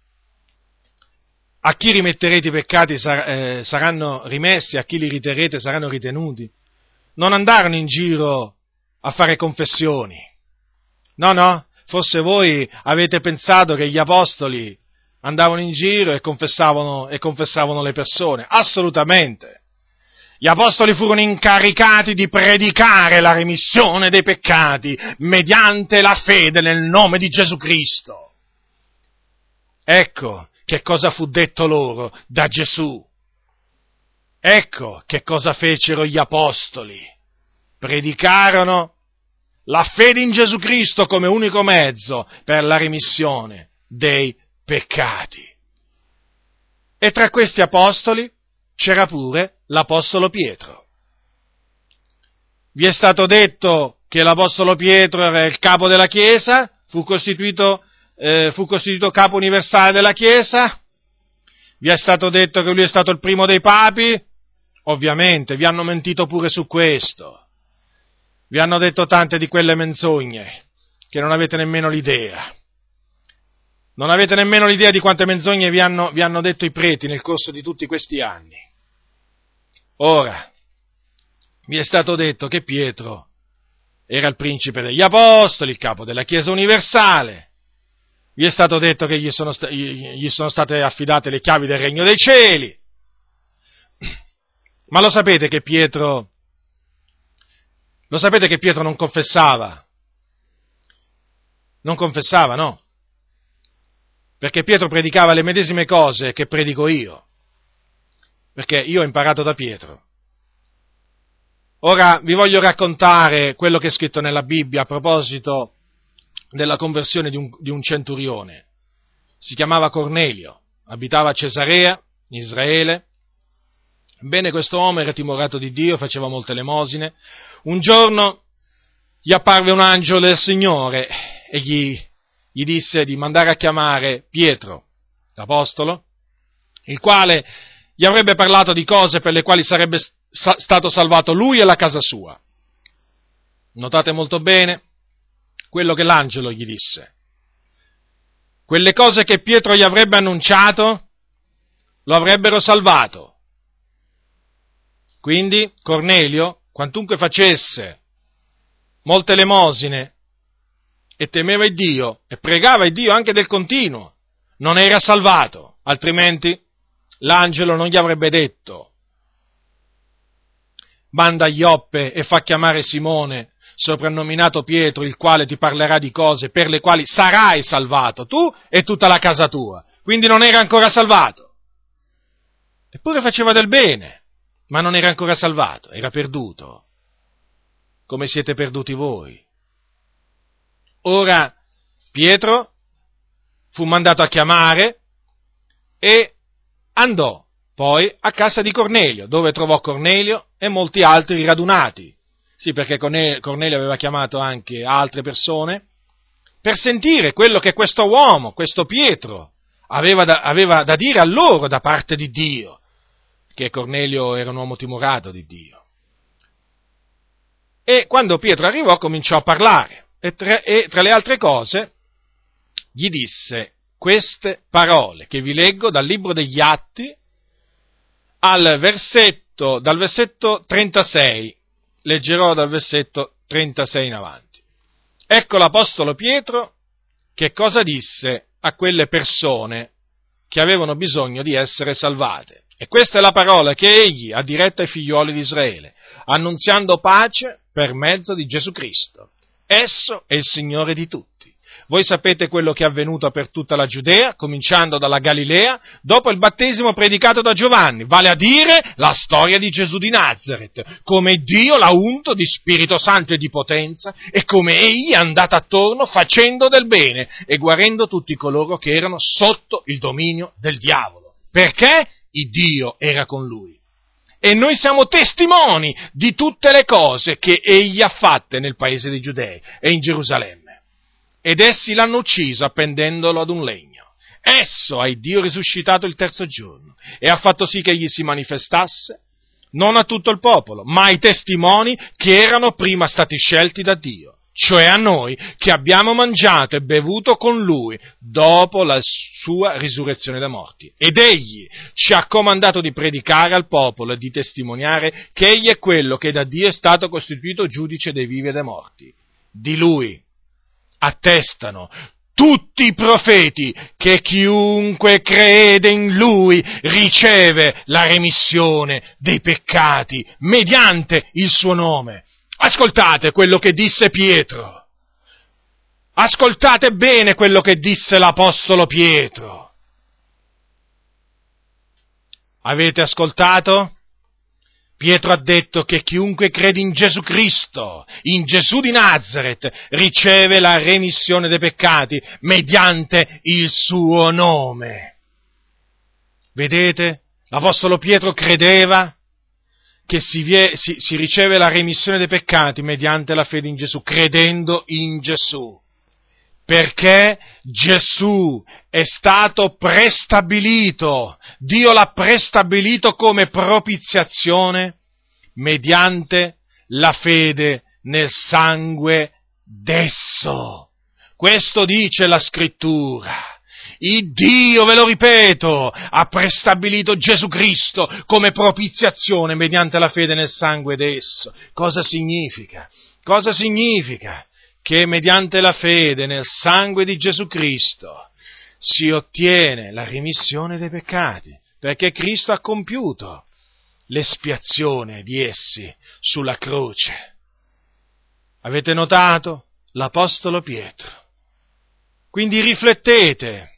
a chi rimetterete i peccati saranno rimessi, a chi li riterrete saranno ritenuti, non andarono in giro a fare confessioni. No, forse voi avete pensato che gli apostoli andavano in giro e confessavano le persone. Assolutamente. Gli apostoli furono incaricati di predicare la remissione dei peccati mediante la fede nel nome di Gesù Cristo. Ecco che cosa fu detto loro da Gesù. Ecco che cosa fecero gli apostoli. Predicarono la fede in Gesù Cristo come unico mezzo per la remissione dei peccati. E tra questi apostoli c'era pure l'apostolo Pietro. Vi è stato detto che l'apostolo Pietro era il capo della Chiesa, fu costituito capo universale della Chiesa. Vi è stato detto che lui è stato il primo dei papi. Ovviamente vi hanno mentito pure su questo. Vi hanno detto tante di quelle menzogne che non avete nemmeno l'idea. Non avete nemmeno l'idea di quante menzogne vi hanno detto i preti nel corso di tutti questi anni. Ora, vi è stato detto che Pietro era il principe degli apostoli, il capo della Chiesa universale. Vi è stato detto che gli sono state affidate le chiavi del regno dei cieli. Ma lo sapete che Pietro non confessava? Non confessava, no? Perché Pietro predicava le medesime cose che predico io. Perché io ho imparato da Pietro. Ora vi voglio raccontare quello che è scritto nella Bibbia a proposito della conversione di un centurione. Si chiamava Cornelio, abitava a Cesarea, in Israele. Ebbene, questo uomo era timorato di Dio, faceva molte elemosine. Un giorno gli apparve un angelo del Signore e gli disse di mandare a chiamare Pietro, l'apostolo, il quale gli avrebbe parlato di cose per le quali sarebbe stato salvato lui e la casa sua. Notate molto bene quello che l'angelo gli disse. Quelle cose che Pietro gli avrebbe annunciato lo avrebbero salvato. Quindi Cornelio, quantunque facesse molte elemosine e temeva il Dio e pregava il Dio anche del continuo, non era salvato, altrimenti l'angelo non gli avrebbe detto: manda a Ioppe e fa chiamare Simone, soprannominato Pietro, il quale ti parlerà di cose per le quali sarai salvato, tu e tutta la casa tua. Quindi non era ancora salvato. Eppure faceva del bene, ma non era ancora salvato, era perduto, come siete perduti voi. Ora Pietro fu mandato a chiamare e andò poi a casa di Cornelio, dove trovò Cornelio e molti altri radunati. Sì, perché Cornelio aveva chiamato anche altre persone per sentire quello che questo uomo, questo Pietro, aveva da dire a loro da parte di Dio, che Cornelio era un uomo timorato di Dio. E quando Pietro arrivò cominciò a parlare e tra le altre cose gli disse queste parole che vi leggo dal libro degli Atti dal versetto 36, leggerò dal versetto 36 in avanti. Ecco l'apostolo Pietro che cosa disse a quelle persone che avevano bisogno di essere salvate. E questa è la parola che egli ha diretto ai figlioli di Israele, annunziando pace per mezzo di Gesù Cristo. Esso è il Signore di tutti. Voi sapete quello che è avvenuto per tutta la Giudea, cominciando dalla Galilea, dopo il battesimo predicato da Giovanni, vale a dire la storia di Gesù di Nazaret, come Dio l'ha unto di Spirito Santo e di potenza, e come egli è andato attorno facendo del bene e guarendo tutti coloro che erano sotto il dominio del diavolo, perché il Dio era con lui. E noi siamo testimoni di tutte le cose che egli ha fatte nel paese dei Giudei e in Gerusalemme. Ed essi l'hanno ucciso appendendolo ad un legno. Esso ha il Dio risuscitato il terzo giorno e ha fatto sì che egli si manifestasse non a tutto il popolo, ma ai testimoni che erano prima stati scelti da Dio, cioè a noi che abbiamo mangiato e bevuto con lui dopo la sua risurrezione dai morti. Ed egli ci ha comandato di predicare al popolo e di testimoniare che egli è quello che da Dio è stato costituito giudice dei vivi e dei morti. Di lui attestano tutti i profeti che chiunque crede in lui riceve la remissione dei peccati mediante il suo nome. Ascoltate quello che disse Pietro. Ascoltate bene quello che disse l'apostolo Pietro. Avete ascoltato? Pietro ha detto che chiunque crede in Gesù Cristo, in Gesù di Nazaret, riceve la remissione dei peccati mediante il suo nome. Vedete? L'apostolo Pietro credeva che si riceve la remissione dei peccati mediante la fede in Gesù, credendo in Gesù. Perché Gesù è stato prestabilito, Dio l'ha prestabilito come propiziazione mediante la fede nel sangue d'esso. Questo dice la Scrittura. Il Dio, ve lo ripeto, ha prestabilito Gesù Cristo come propiziazione mediante la fede nel sangue d'esso. Cosa significa? Cosa significa? Che mediante la fede nel sangue di Gesù Cristo si ottiene la remissione dei peccati, perché Cristo ha compiuto l'espiazione di essi sulla croce. Avete notato? L'apostolo Pietro. Quindi riflettete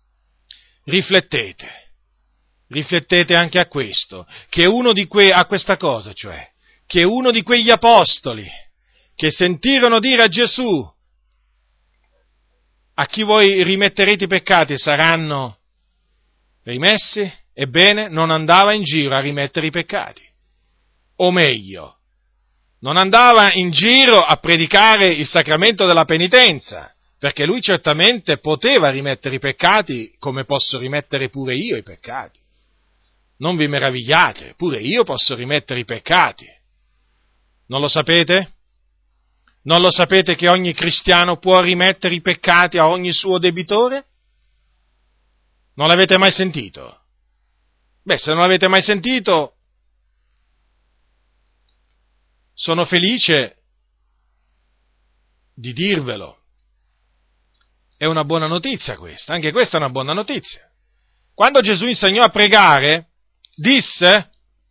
anche a questo, che uno di a questa cosa, cioè, che uno di quegli apostoli che sentirono dire a Gesù: a chi voi rimetterete i peccati saranno rimessi, ebbene non andava in giro a rimettere i peccati, o meglio, non andava in giro a predicare il sacramento della penitenza, perché lui certamente poteva rimettere i peccati come posso rimettere pure io i peccati, non vi meravigliate, pure io posso rimettere i peccati. Non lo sapete? Non lo sapete che ogni cristiano può rimettere i peccati a ogni suo debitore? Non l'avete mai sentito? Beh, se non l'avete mai sentito, sono felice di dirvelo. È una buona notizia questa, anche questa è una buona notizia. Quando Gesù insegnò a pregare, disse: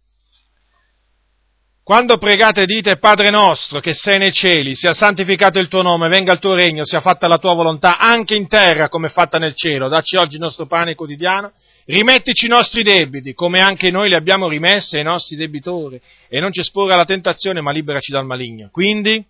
quando pregate dite: Padre nostro che sei nei cieli, sia santificato il tuo nome, venga il tuo regno, sia fatta la tua volontà, anche in terra come è fatta nel cielo. Dacci oggi il nostro pane quotidiano, rimettici i nostri debiti, come anche noi li abbiamo rimessi ai nostri debitori, e non ci esporre alla tentazione, ma liberaci dal maligno. Quindi,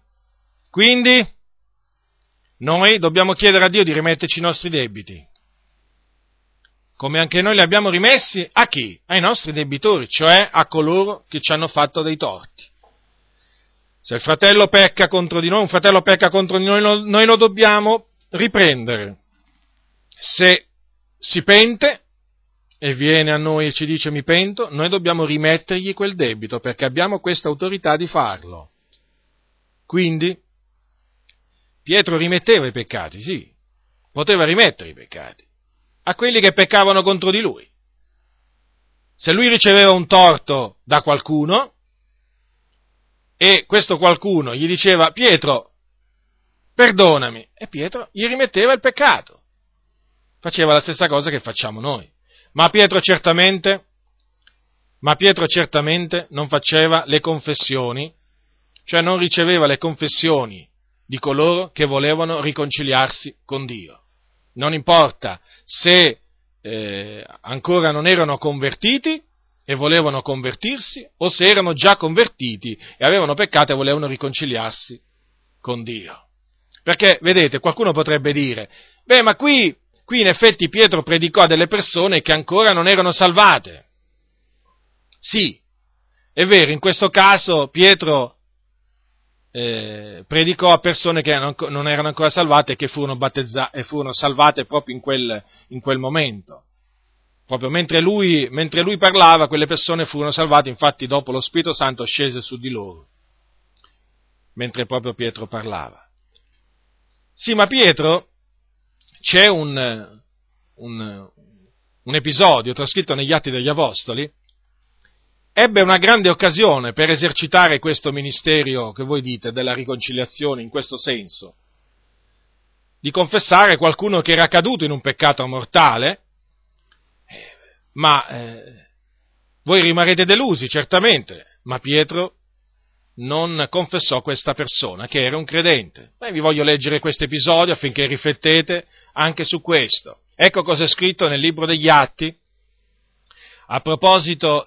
noi dobbiamo chiedere a Dio di rimetterci i nostri debiti, come anche noi li abbiamo rimessi a chi? Ai nostri debitori, cioè a coloro che ci hanno fatto dei torti. Se il fratello pecca contro di noi, un fratello pecca contro di noi, noi lo dobbiamo riprendere. Se si pente e viene a noi e ci dice mi pento, noi dobbiamo rimettergli quel debito, perché abbiamo questa autorità di farlo. Quindi, Pietro rimetteva i peccati, sì, poteva rimettere i peccati a quelli che peccavano contro di lui. Se lui riceveva un torto da qualcuno e questo qualcuno gli diceva Pietro, perdonami, e Pietro gli rimetteva il peccato. Faceva la stessa cosa che facciamo noi. Ma Pietro certamente non faceva le confessioni, cioè non riceveva le confessioni di coloro che volevano riconciliarsi con Dio. Non importa se ancora non erano convertiti e volevano convertirsi, o se erano già convertiti e avevano peccato e volevano riconciliarsi con Dio. Perché, vedete, qualcuno potrebbe dire, ma qui in effetti Pietro predicò a delle persone che ancora non erano salvate. Sì, è vero, in questo caso Pietro predicò a persone che non erano ancora salvate e che furono battezzate e furono salvate proprio in quel momento. Proprio mentre lui parlava, quelle persone furono salvate, infatti dopo lo Spirito Santo scese su di loro, mentre proprio Pietro parlava. Sì, ma Pietro, c'è un episodio trascritto negli Atti degli Apostoli, ebbe una grande occasione per esercitare questo ministero che voi dite della riconciliazione in questo senso, di confessare qualcuno che era caduto in un peccato mortale, ma voi rimarrete delusi certamente, ma Pietro non confessò questa persona che era un credente. Vi voglio leggere questo episodio affinché riflettete anche su questo. Ecco cosa è scritto nel libro degli Atti. A proposito,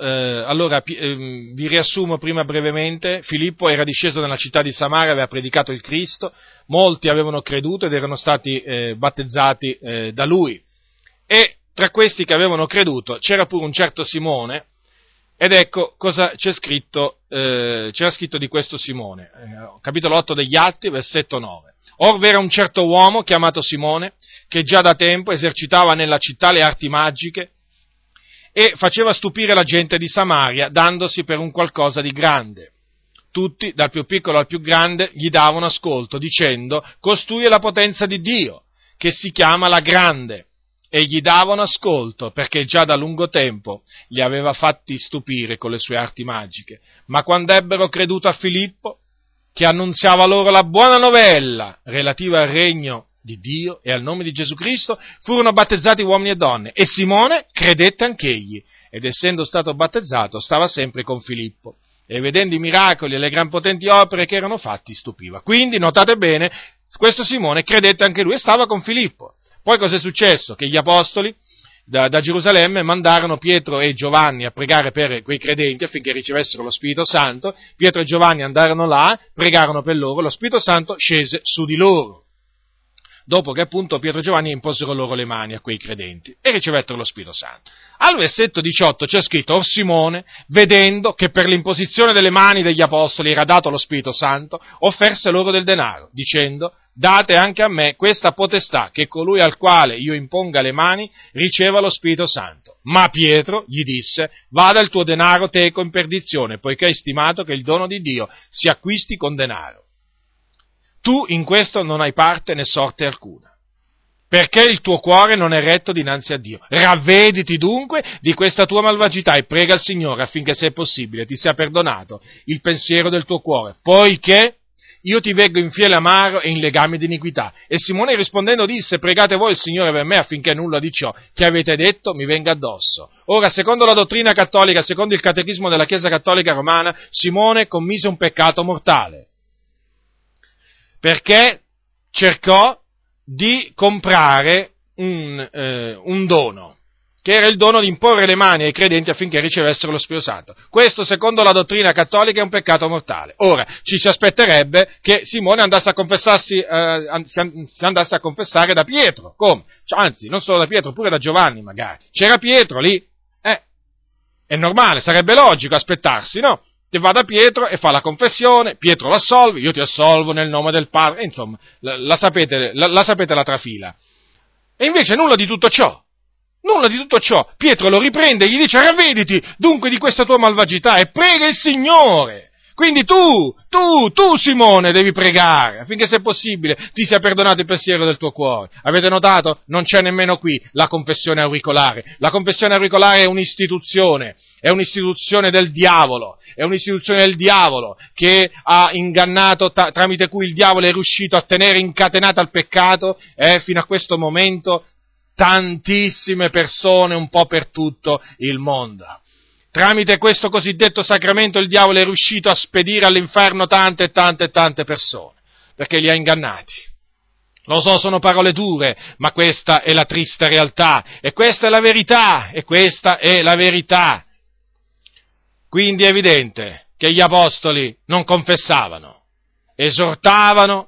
vi riassumo prima brevemente. Filippo era disceso nella città di Samaria, aveva predicato il Cristo, molti avevano creduto ed erano stati battezzati da lui. E tra questi che avevano creduto c'era pure un certo Simone, ed ecco cosa c'era scritto di questo Simone. Capitolo 8 degli Atti, versetto 9. Or v'era un certo uomo chiamato Simone, che già da tempo esercitava nella città le arti magiche, e faceva stupire la gente di Samaria, dandosi per un qualcosa di grande. Tutti, dal più piccolo al più grande, gli davano ascolto, dicendo: costui è la potenza di Dio, che si chiama la Grande. E gli davano ascolto, perché già da lungo tempo li aveva fatti stupire con le sue arti magiche. Ma quando ebbero creduto a Filippo, che annunziava loro la buona novella relativa al regno di Dio e al nome di Gesù Cristo, furono battezzati uomini e donne, e Simone credette anch'egli, ed essendo stato battezzato stava sempre con Filippo, e vedendo i miracoli e le gran potenti opere che erano fatti stupiva. Quindi, notate bene, questo Simone credette anche lui e stava con Filippo. Poi cosa è successo? Che gli apostoli da Gerusalemme mandarono Pietro e Giovanni a pregare per quei credenti affinché ricevessero lo Spirito Santo. Pietro e Giovanni andarono là, pregarono per loro, lo Spirito Santo scese su di loro, dopo che appunto Pietro e Giovanni imposero loro le mani a quei credenti e ricevettero lo Spirito Santo. Al versetto 18 c'è scritto: or Simone, vedendo che per l'imposizione delle mani degli apostoli era dato lo Spirito Santo, offerse loro del denaro, dicendo: date anche a me questa potestà, che colui al quale io imponga le mani riceva lo Spirito Santo. Ma Pietro gli disse: vada il tuo denaro teco in perdizione, poiché hai stimato che il dono di Dio si acquisti con denaro. Tu in questo non hai parte né sorte alcuna, perché il tuo cuore non è retto dinanzi a Dio. Ravvediti dunque di questa tua malvagità e prega il Signore affinché, se è possibile, ti sia perdonato il pensiero del tuo cuore, poiché io ti veggo in fiele amaro e in legami di iniquità. E Simone rispondendo disse: pregate voi il Signore per me affinché nulla di ciò che avete detto mi venga addosso. Ora, secondo la dottrina cattolica, secondo il catechismo della Chiesa Cattolica Romana, Simone commise un peccato mortale, perché cercò di comprare un dono, che era il dono di imporre le mani ai credenti affinché ricevessero lo Spirito Santo. Questo, secondo la dottrina cattolica, è un peccato mortale. Ora, ci si aspetterebbe che Simone andasse a confessare da Pietro. Come? Anzi, non solo da Pietro, pure da Giovanni magari. C'era Pietro lì. È normale, sarebbe logico aspettarsi, no? Che va da Pietro e fa la confessione, Pietro lo assolve, io ti assolvo nel nome del Padre, insomma, la sapete la trafila. E invece nulla di tutto ciò. Pietro lo riprende e gli dice: ravvediti dunque di questa tua malvagità e prega il Signore. Quindi tu Simone devi pregare affinché, se possibile, ti sia perdonato il pensiero del tuo cuore. Avete notato? Non c'è nemmeno qui la confessione auricolare. La confessione auricolare è un'istituzione del diavolo, che ha ingannato, tramite cui il diavolo è riuscito a tenere incatenata al peccato, fino a questo momento, tantissime persone un po' per tutto il mondo. Tramite questo cosiddetto sacramento il diavolo è riuscito a spedire all'inferno tante persone, perché li ha ingannati. Lo so, sono parole dure, ma questa è la triste realtà, e questa è la verità, Quindi è evidente che gli apostoli non confessavano, esortavano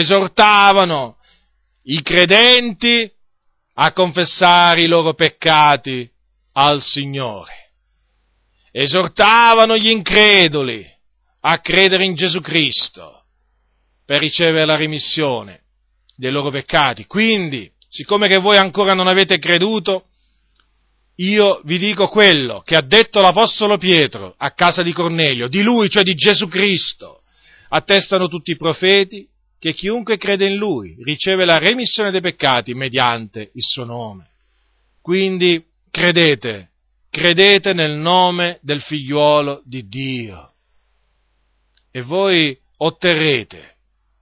i credenti a confessare i loro peccati al Signore. Esortavano gli increduli a credere in Gesù Cristo per ricevere la remissione dei loro peccati. Quindi, siccome che voi ancora non avete creduto, io vi dico quello che ha detto l'Apostolo Pietro a casa di Cornelio, di lui, cioè di Gesù Cristo. Attestano tutti i profeti che chiunque crede in lui riceve la remissione dei peccati mediante il suo nome. Quindi credete nel nome del figliuolo di Dio e voi otterrete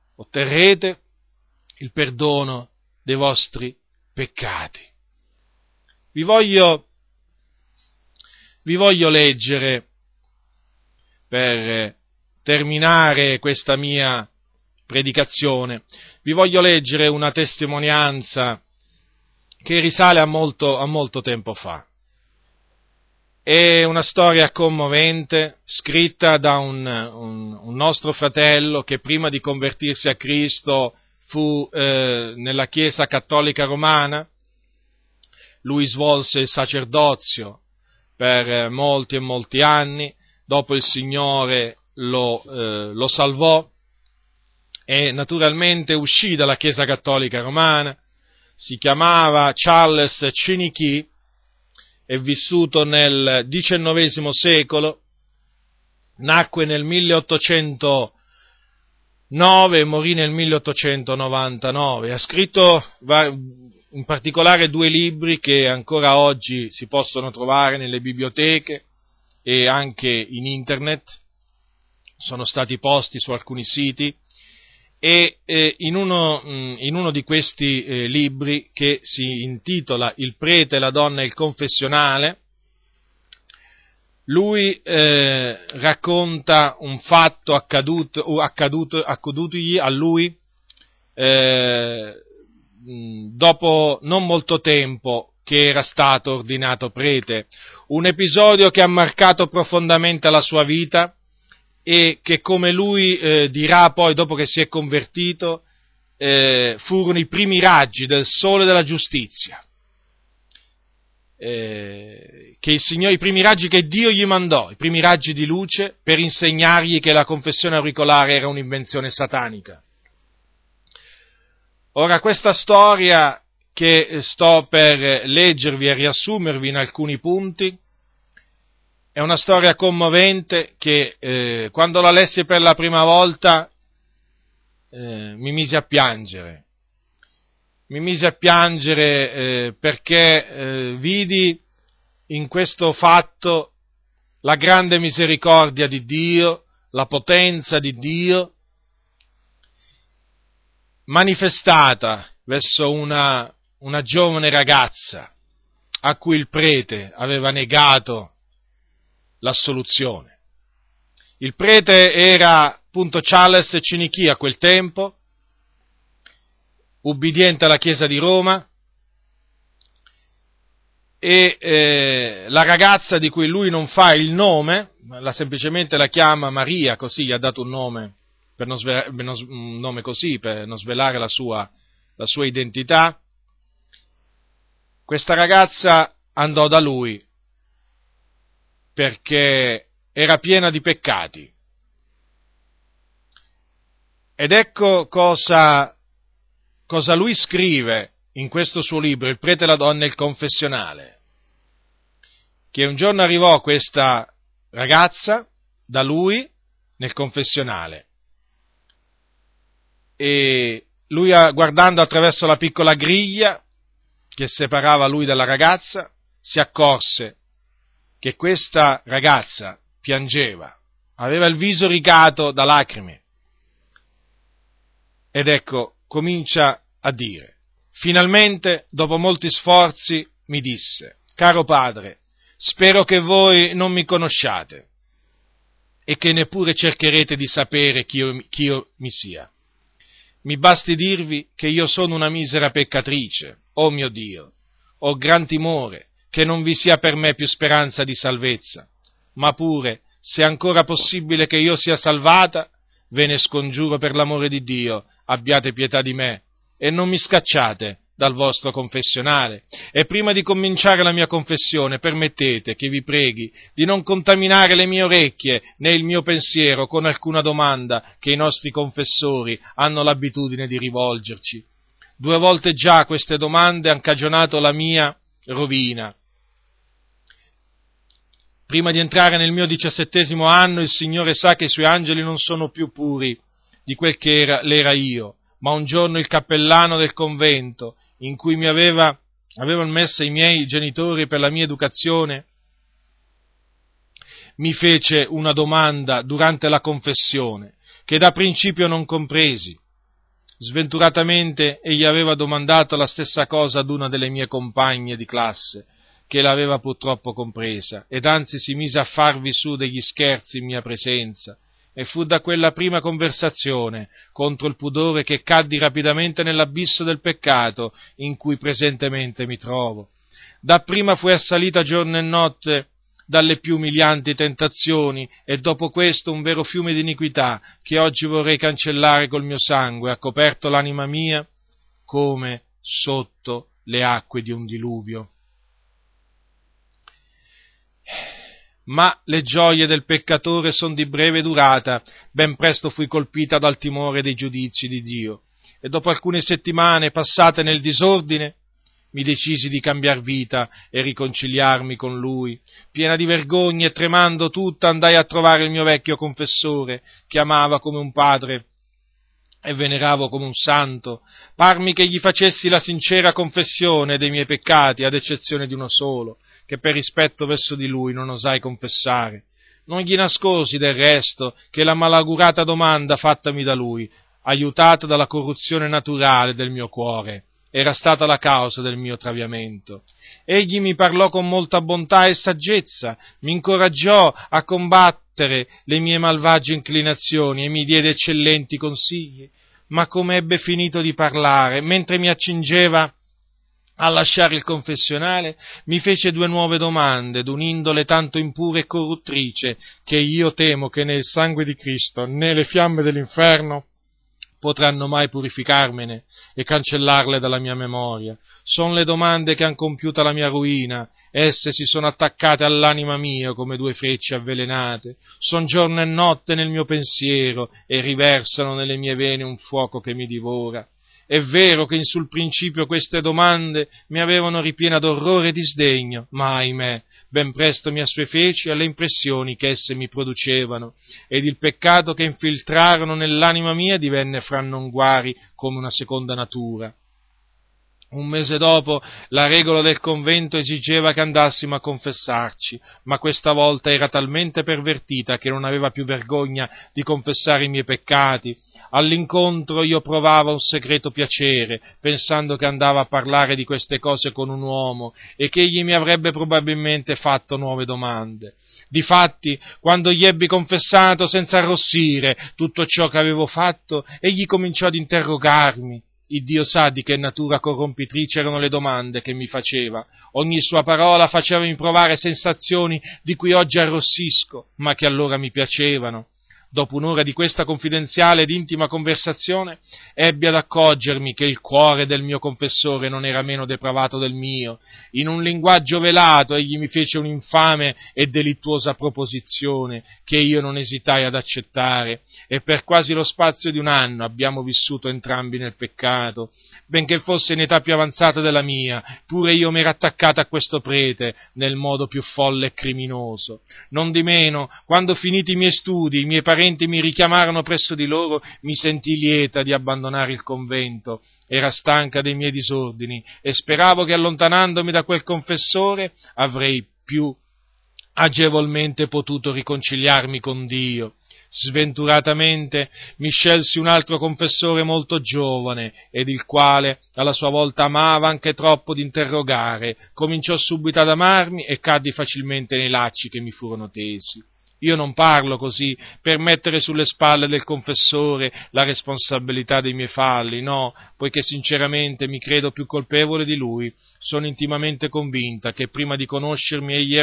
il perdono dei vostri peccati. Vi voglio leggere, per terminare questa mia predicazione, vi voglio leggere una testimonianza che risale a molto tempo fa. È una storia commovente, scritta da un nostro fratello che prima di convertirsi a Cristo fu nella Chiesa Cattolica Romana. Lui svolse il sacerdozio per molti e molti anni, dopo il Signore lo salvò e naturalmente uscì dalla Chiesa Cattolica Romana. Si chiamava Charles Cinichi, è vissuto nel XIX secolo, nacque nel 1809 e morì nel 1899. Ha scritto in particolare 2 libri che ancora oggi si possono trovare nelle biblioteche e anche in internet, sono stati posti su alcuni siti, e in uno di questi libri, che si intitola Il prete, la donna e il confessionale, lui racconta un fatto accadutogli a lui dopo non molto tempo che era stato ordinato prete, un episodio che ha marcato profondamente la sua vita e che, come lui dirà poi dopo che si è convertito, furono i primi raggi del sole della giustizia, i primi raggi che Dio gli mandò, i primi raggi di luce per insegnargli che la confessione auricolare era un'invenzione satanica. Ora, questa storia che sto per leggervi e riassumervi in alcuni punti. È una storia commovente che quando la lessi per la prima volta mi mise a piangere. Mi mise a piangere perché vidi in questo fatto la grande misericordia di Dio, la potenza di Dio, manifestata verso una giovane ragazza a cui il prete aveva negato l'assoluzione. Il prete era appunto Charles Cinichì a quel tempo, ubbidiente alla Chiesa di Roma, e la ragazza di cui lui non fa il nome, semplicemente la chiama Maria, così gli ha dato un nome, un nome così, per non svelare la sua identità. Questa ragazza andò da lui perché era piena di peccati. Ed ecco cosa lui scrive in questo suo libro, Il prete, la donna e il confessionale, che un giorno arrivò questa ragazza da lui nel confessionale e lui, guardando attraverso la piccola griglia che separava lui dalla ragazza, si accorse che questa ragazza piangeva, aveva il viso rigato da lacrime. Ed ecco, comincia a dire: finalmente, dopo molti sforzi, mi disse: caro padre, spero che voi non mi conosciate e che neppure cercherete di sapere chi io mi sia. Mi basti dirvi che io sono una misera peccatrice. Oh mio Dio, ho gran timore che non vi sia per me più speranza di salvezza, ma pure, se è ancora possibile che io sia salvata, ve ne scongiuro per l'amore di Dio, abbiate pietà di me e non mi scacciate dal vostro confessionale. E prima di cominciare la mia confessione, permettete che vi preghi di non contaminare le mie orecchie né il mio pensiero con alcuna domanda che i nostri confessori hanno l'abitudine di rivolgerci. 2 volte già queste domande hanno cagionato la mia rovina. Prima di entrare nel mio 17° anno, il Signore sa che i Suoi angeli non sono più puri di quel che l'era io, ma un giorno il cappellano del convento, in cui avevano messo i miei genitori per la mia educazione, mi fece una domanda durante la confessione, che da principio non compresi. Sventuratamente egli aveva domandato la stessa cosa ad una delle mie compagne di classe, che l'aveva purtroppo compresa, ed anzi si mise a farvi su degli scherzi in mia presenza, e fu da quella prima conversazione contro il pudore che caddi rapidamente nell'abisso del peccato in cui presentemente mi trovo. Dapprima fui assalita giorno e notte dalle più umilianti tentazioni, e dopo questo un vero fiume di iniquità che oggi vorrei cancellare col mio sangue ha coperto l'anima mia come sotto le acque di un diluvio. Ma le gioie del peccatore sono di breve durata, ben presto fui colpita dal timore dei giudizi di Dio, e dopo alcune settimane passate nel disordine, mi decisi di cambiar vita e riconciliarmi con Lui. Piena di vergogna e tremando tutta, andai a trovare il mio vecchio confessore, che amava come un padre e veneravo come un santo. Parmi che gli facessi la sincera confessione dei miei peccati, ad eccezione di uno solo, che per rispetto verso di lui non osai confessare. Non gli nascosi del resto che la malaugurata domanda fattami da lui, aiutata dalla corruzione naturale del mio cuore, era stata la causa del mio traviamento. Egli mi parlò con molta bontà e saggezza, mi incoraggiò a combattere le mie malvagie inclinazioni e mi diede eccellenti consigli, ma come ebbe finito di parlare, mentre mi accingeva a lasciare il confessionale, mi fece 2 nuove domande d'un'indole tanto impura e corruttrice che io temo che né il sangue di Cristo né le fiamme dell'inferno potranno mai purificarmene e cancellarle dalla mia memoria. Sono le domande che han compiuta la mia ruina, esse si sono attaccate all'anima mia come 2 frecce avvelenate, son giorno e notte nel mio pensiero e riversano nelle mie vene un fuoco che mi divora. È vero che in sul principio queste domande mi avevano ripiena d'orrore e di sdegno, ma ahimè, ben presto mi assuefeci alle impressioni che esse mi producevano, ed il peccato che infiltrarono nell'anima mia divenne fra non guari come una seconda natura. Un mese dopo la regola del convento esigeva che andassimo a confessarci, ma questa volta era talmente pervertita che non aveva più vergogna di confessare i miei peccati. All'incontro io provavo un segreto piacere, pensando che andava a parlare di queste cose con un uomo e che egli mi avrebbe probabilmente fatto nuove domande. Difatti, quando gli ebbi confessato senza arrossire tutto ciò che avevo fatto, egli cominciò ad interrogarmi. Iddio sa di che natura corrompitrice erano le domande che mi faceva. Ogni sua parola faceva provare sensazioni di cui oggi arrossisco, ma che allora mi piacevano. Dopo un'ora di questa confidenziale ed intima conversazione, ebbi ad accorgermi che il cuore del mio confessore non era meno depravato del mio. In un linguaggio velato egli mi fece un'infame e delittuosa proposizione che io non esitai ad accettare, e per quasi lo spazio di un anno abbiamo vissuto entrambi nel peccato. Benché fosse in età più avanzata della mia, pure io mi ero attaccato a questo prete nel modo più folle e criminoso. Nondimeno, quando finiti i miei studi, i miei parenti mi richiamarono presso di loro, mi sentii lieta di abbandonare il convento. Era stanca dei miei disordini e speravo che allontanandomi da quel confessore avrei più agevolmente potuto riconciliarmi con Dio. Sventuratamente mi scelsi un altro confessore molto giovane ed il quale alla sua volta amava anche troppo di interrogare, cominciò subito ad amarmi e caddi facilmente nei lacci che mi furono tesi. Io non parlo così per mettere sulle spalle del confessore la responsabilità dei miei falli, no, poiché sinceramente mi credo più colpevole di lui. Sono intimamente convinta che prima di conoscermi egli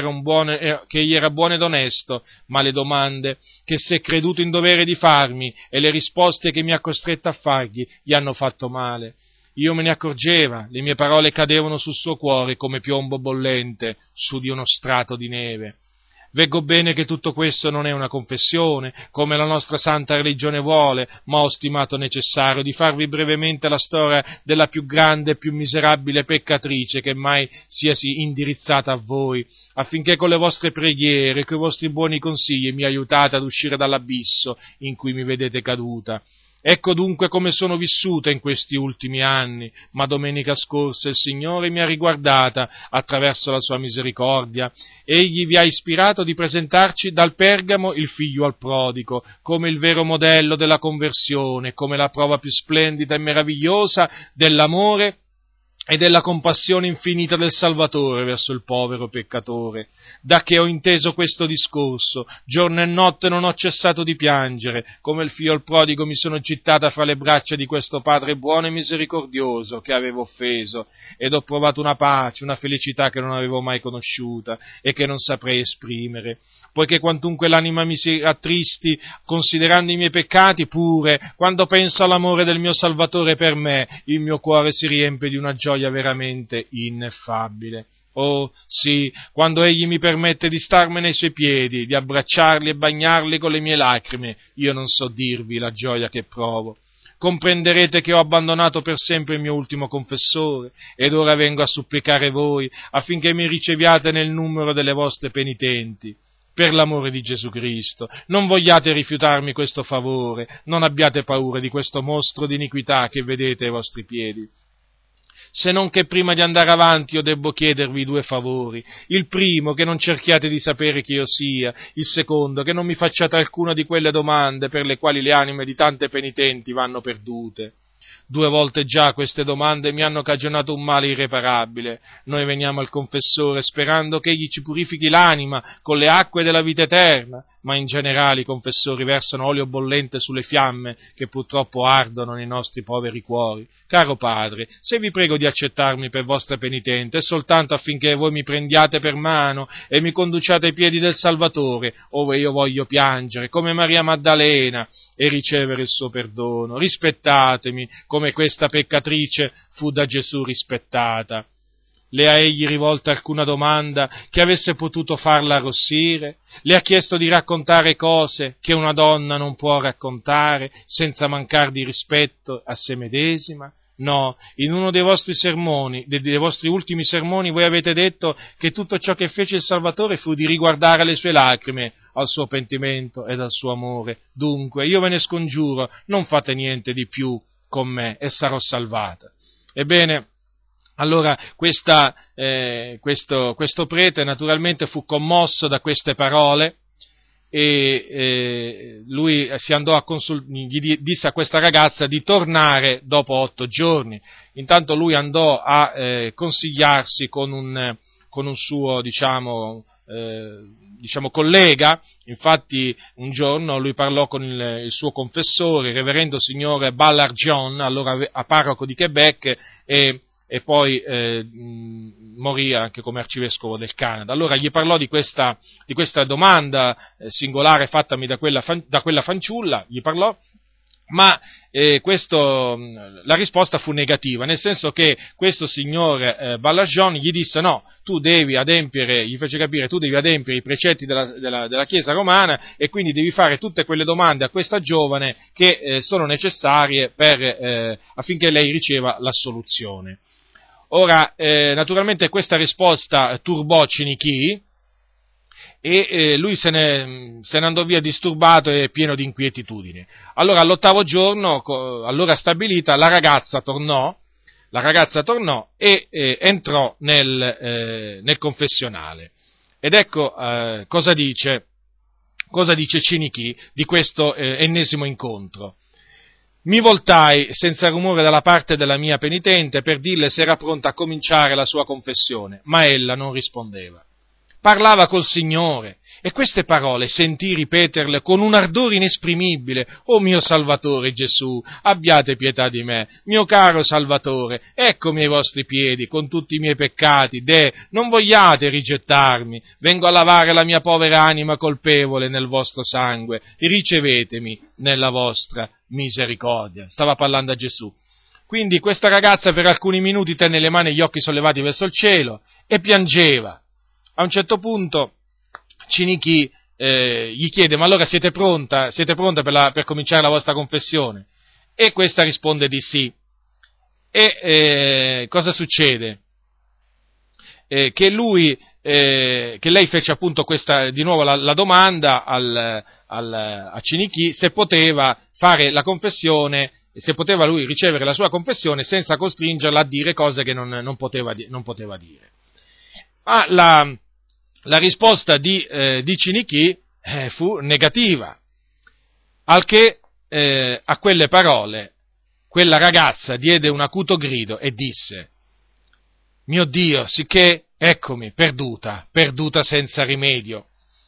era buono ed onesto, ma le domande che si è creduto in dovere di farmi e le risposte che mi ha costretto a fargli gli hanno fatto male. Io me ne accorgeva, le mie parole cadevano sul suo cuore come piombo bollente su di uno strato di neve. Veggo bene che tutto questo non è una confessione, come la nostra santa religione vuole, ma ho stimato necessario di farvi brevemente la storia della più grande e più miserabile peccatrice che mai siasi indirizzata a voi, affinché con le vostre preghiere e con i vostri buoni consigli mi aiutate ad uscire dall'abisso in cui mi vedete caduta. Ecco dunque come sono vissuta in questi ultimi anni, ma domenica scorsa il Signore mi ha riguardata attraverso la sua misericordia. Egli vi ha ispirato di presentarci dal Pergamo il figlio al prodigo, come il vero modello della conversione, come la prova più splendida e meravigliosa dell'amore e della compassione infinita del Salvatore verso il povero peccatore. Da che ho inteso questo discorso, giorno e notte non ho cessato di piangere, come il figlio prodigo mi sono gittata fra le braccia di questo Padre buono e misericordioso che avevo offeso, ed ho provato una pace, una felicità che non avevo mai conosciuta e che non saprei esprimere. Poiché quantunque l'anima mi si attristi considerando i miei peccati, pure quando penso all'amore del mio Salvatore per me, il mio cuore si riempie di una gioia veramente ineffabile. Oh, sì, quando egli mi permette di starmene ai suoi piedi, di abbracciarli e bagnarli con le mie lacrime, io non so dirvi la gioia che provo. Comprenderete che ho abbandonato per sempre il mio ultimo confessore, ed ora vengo a supplicare voi affinché mi riceviate nel numero delle vostre penitenti. Per l'amore di Gesù Cristo, non vogliate rifiutarmi questo favore, non abbiate paura di questo mostro di iniquità che vedete ai vostri piedi. Se non che prima di andare avanti io debbo chiedervi 2 favori. Il primo, che non cerchiate di sapere chi io sia. Il secondo, che non mi facciate alcuna di quelle domande per le quali le anime di tante penitenti vanno perdute. 2 volte già queste domande mi hanno cagionato un male irreparabile. Noi veniamo al confessore sperando che egli ci purifichi l'anima con le acque della vita eterna, ma in generale i confessori versano olio bollente sulle fiamme che purtroppo ardono nei nostri poveri cuori. Caro Padre, se vi prego di accettarmi per vostra penitente è soltanto affinché voi mi prendiate per mano e mi conduciate ai piedi del Salvatore, ove io voglio piangere, come Maria Maddalena, e ricevere il suo perdono. Rispettatemi, come questa peccatrice fu da Gesù rispettata. Le ha egli rivolta alcuna domanda che avesse potuto farla arrossire? Le ha chiesto di raccontare cose che una donna non può raccontare senza mancar di rispetto a se medesima? No, in uno dei vostri sermoni, dei vostri ultimi sermoni, voi avete detto che tutto ciò che fece il Salvatore fu di riguardare le sue lacrime, al suo pentimento ed al suo amore. Dunque, io ve ne scongiuro, non fate niente di più con me e sarò salvata. Ebbene, allora questo prete naturalmente fu commosso da queste parole e lui si andò gli disse a questa ragazza di tornare dopo 8 giorni. Intanto lui andò a consigliarsi con un suo, diciamo, collega. Infatti un giorno lui parlò con il suo confessore, il reverendo signore Ballard John, allora a parroco di Quebec, e poi morì anche come arcivescovo del Canada. Allora gli parlò di questa domanda singolare fattami da quella fanciulla, gli parlò, ma la risposta fu negativa, nel senso che questo signore Ballagion gli disse no, gli fece capire, tu devi adempiere i precetti della Chiesa romana e quindi devi fare tutte quelle domande a questa giovane che sono necessarie affinché lei riceva l'assoluzione. Ora, naturalmente questa risposta turbò Cinichi e lui se ne andò via disturbato e pieno di inquietudine. Allora, all'8° giorno, all'ora stabilita, la ragazza tornò e entrò nel confessionale. Ed ecco cosa dice Cinichi di questo ennesimo incontro. Mi voltai senza rumore dalla parte della mia penitente per dirle se era pronta a cominciare la sua confessione, ma ella non rispondeva. Parlava col Signore e queste parole sentii ripeterle con un ardore inesprimibile. «O mio Salvatore Gesù, abbiate pietà di me, mio caro Salvatore, eccomi ai vostri piedi con tutti i miei peccati, non vogliate rigettarmi, vengo a lavare la mia povera anima colpevole nel vostro sangue, ricevetemi nella vostra misericordia». Stava parlando a Gesù. Quindi questa ragazza per alcuni minuti tenne le mani e gli occhi sollevati verso il cielo e piangeva. A un certo punto Cinichi gli chiede: ma allora siete pronta per cominciare la vostra confessione? E questa risponde di sì. E cosa succede? Che lei fece appunto di nuovo la domanda a Cinichi se poteva fare la confessione, se poteva lui ricevere la sua confessione senza costringerla a dire cose che non poteva dire. Ma la risposta di Cinichi fu negativa, al che a quelle parole quella ragazza diede un acuto grido e disse: «Mio Dio, sicché eccomi, perduta senza rimedio».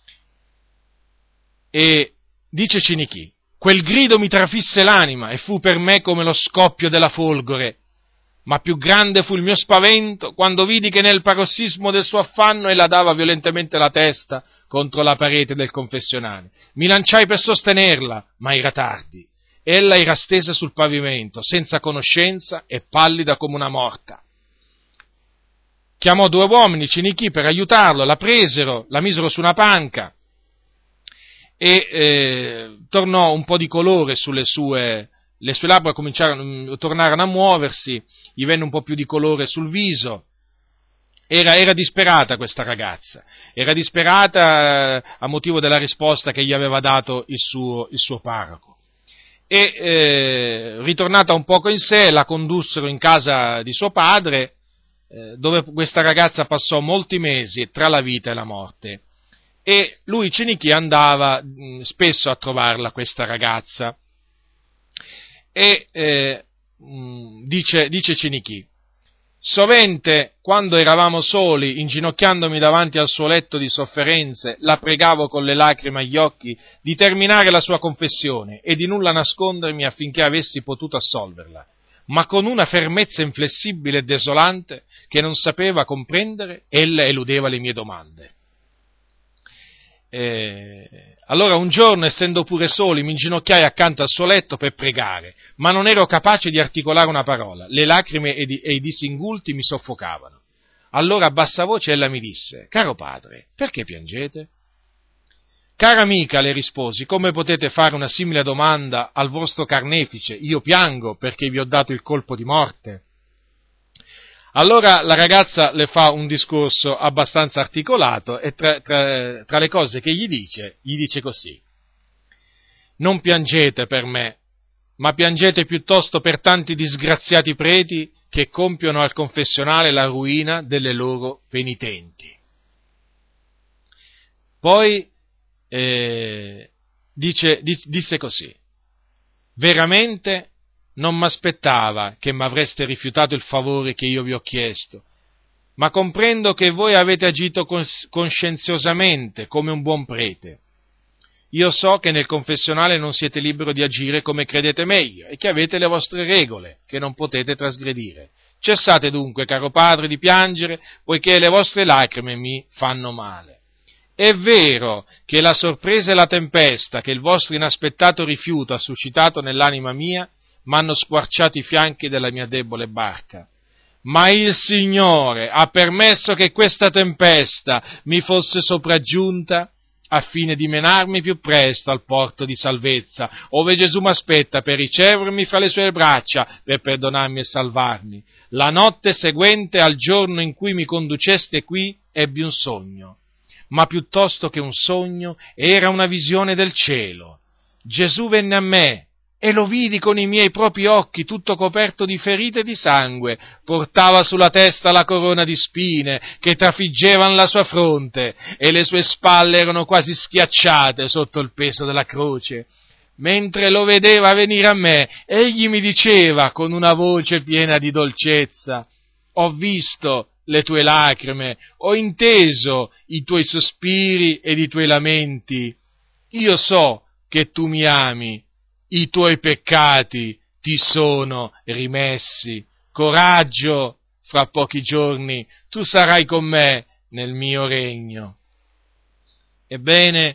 E dice Cinichi: «Quel grido mi trafisse l'anima e fu per me come lo scoppio della folgore. Ma più grande fu il mio spavento quando vidi che nel parossismo del suo affanno ella dava violentemente la testa contro la parete del confessionale. Mi lanciai per sostenerla, ma era tardi. Ella era stesa sul pavimento, senza conoscenza e pallida come una morta. Chiamò 2 uomini, Cinichi, per aiutarlo, la presero, la misero su una panca e tornò un po' di colore le sue labbra tornarono a muoversi, gli venne un po' più di colore sul viso. Era disperata questa ragazza, era disperata a motivo della risposta che gli aveva dato il suo parroco. E ritornata un poco in sé, la condussero in casa di suo padre, dove questa ragazza passò molti mesi tra la vita e la morte. E lui, Cinichi, andava spesso a trovarla, questa ragazza. E dice Cinichi: «Sovente, quando eravamo soli, inginocchiandomi davanti al suo letto di sofferenze, la pregavo con le lacrime agli occhi di terminare la sua confessione e di nulla nascondermi affinché avessi potuto assolverla, ma con una fermezza inflessibile e desolante che non sapeva comprendere, ella eludeva le mie domande. Allora un giorno, essendo pure soli, mi inginocchiai accanto al suo letto per pregare, ma non ero capace di articolare una parola, le lacrime e i dissingulti mi soffocavano. Allora a bassa voce ella mi disse: «Caro padre, perché piangete?» Cara amica, le risposi, come potete fare una simile domanda al vostro carnefice? Io piango perché vi ho dato il colpo di morte. Allora la ragazza le fa un discorso abbastanza articolato e tra le cose che gli dice così: non piangete per me, ma piangete piuttosto per tanti disgraziati preti che compiono al confessionale la ruina delle loro penitenti. Poi disse così: veramente non m'aspettava che m'avreste rifiutato il favore che io vi ho chiesto, ma comprendo che voi avete agito coscienziosamente come un buon prete. Io so che nel confessionale non siete libero di agire come credete meglio e che avete le vostre regole che non potete trasgredire. Cessate dunque, caro padre, di piangere, poiché le vostre lacrime mi fanno male. È vero che la sorpresa e la tempesta che il vostro inaspettato rifiuto ha suscitato nell'anima mia m'hanno squarciato i fianchi della mia debole barca, ma il Signore ha permesso che questa tempesta mi fosse sopraggiunta affine di menarmi più presto al porto di salvezza, ove Gesù m'aspetta per ricevermi fra le sue braccia, per perdonarmi e salvarmi. La notte seguente al giorno in cui mi conduceste qui ebbi un sogno, ma piuttosto che un sogno era una visione del cielo. Gesù venne a me e lo vidi con i miei propri occhi, tutto coperto di ferite e di sangue. Portava sulla testa la corona di spine che trafiggevano la sua fronte e le sue spalle erano quasi schiacciate sotto il peso della croce. Mentre lo vedeva venire a me, egli mi diceva con una voce piena di dolcezza: ho visto le tue lacrime, ho inteso i tuoi sospiri ed i tuoi lamenti. Io so che tu mi ami, i tuoi peccati ti sono rimessi. Coraggio, fra pochi giorni tu sarai con me nel mio regno. Ebbene,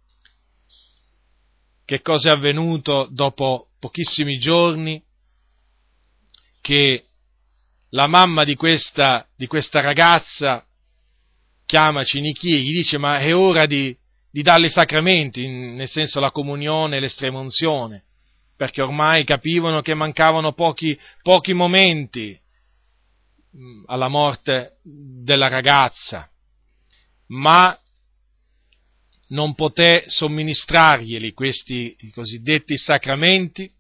che cosa è avvenuto dopo pochissimi giorni? Che la mamma di questa ragazza chiama Cinichì e gli dice: ma è ora di darle i sacramenti, nel senso la comunione e l'estrema unzione, perché ormai capivano che mancavano pochi momenti alla morte della ragazza, ma non poté somministrarglieli questi cosiddetti sacramenti,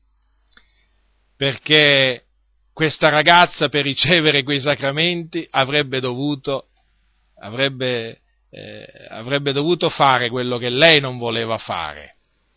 perché questa ragazza, per ricevere quei sacramenti, avrebbe dovuto fare quello che lei non voleva fare.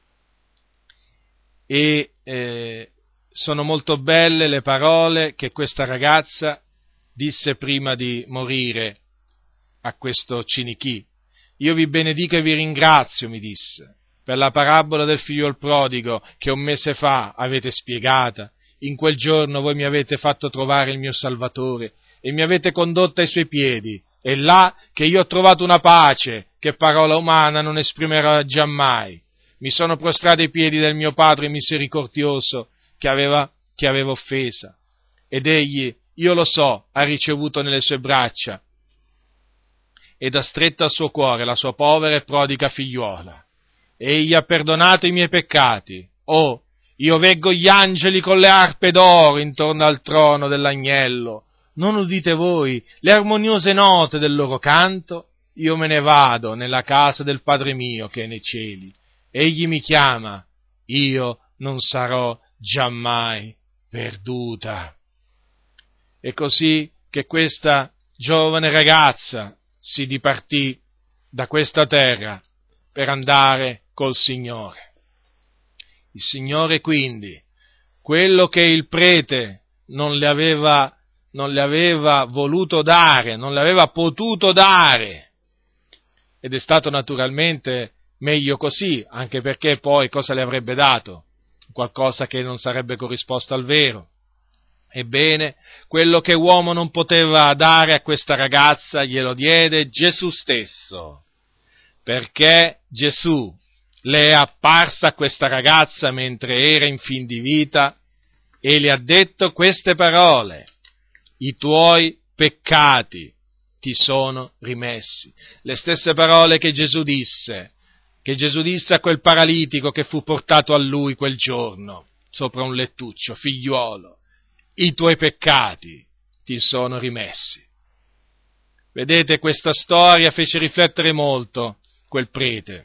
E sono molto belle le parole che questa ragazza disse prima di morire a questo Cinichì. Io vi benedico e vi ringrazio, mi disse, per la parabola del figliol prodigo che un mese fa avete spiegata. In quel giorno voi mi avete fatto trovare il mio Salvatore e mi avete condotto ai suoi piedi. È là che io ho trovato una pace che parola umana non esprimerà giammai. Mi sono prostrato ai piedi del mio Padre misericordioso che aveva offesa. Ed egli, io lo so, ha ricevuto nelle sue braccia ed ha stretto al suo cuore la sua povera e prodiga figliuola. Egli ha perdonato i miei peccati. Oh, io veggo gli angeli con le arpe d'oro intorno al trono dell'agnello. Non udite voi le armoniose note del loro canto? Io me ne vado nella casa del Padre mio che è nei cieli. Egli mi chiama, io non sarò giammai perduta. E così che questa giovane ragazza si dipartì da questa terra per andare col Signore. Il Signore quindi, quello che il prete non le aveva voluto dare, non le aveva potuto dare, ed è stato naturalmente meglio così, anche perché poi cosa le avrebbe dato? Qualcosa che non sarebbe corrisposto al vero. Ebbene, quello che uomo non poteva dare a questa ragazza glielo diede Gesù stesso, perché Gesù le è apparsa a questa ragazza mentre era in fin di vita e le ha detto queste parole: i tuoi peccati ti sono rimessi. Le stesse parole che Gesù disse che Gesù disse a quel paralitico che fu portato a lui quel giorno, sopra un lettuccio: figliuolo, i tuoi peccati ti sono rimessi. Vedete, questa storia fece riflettere molto quel prete,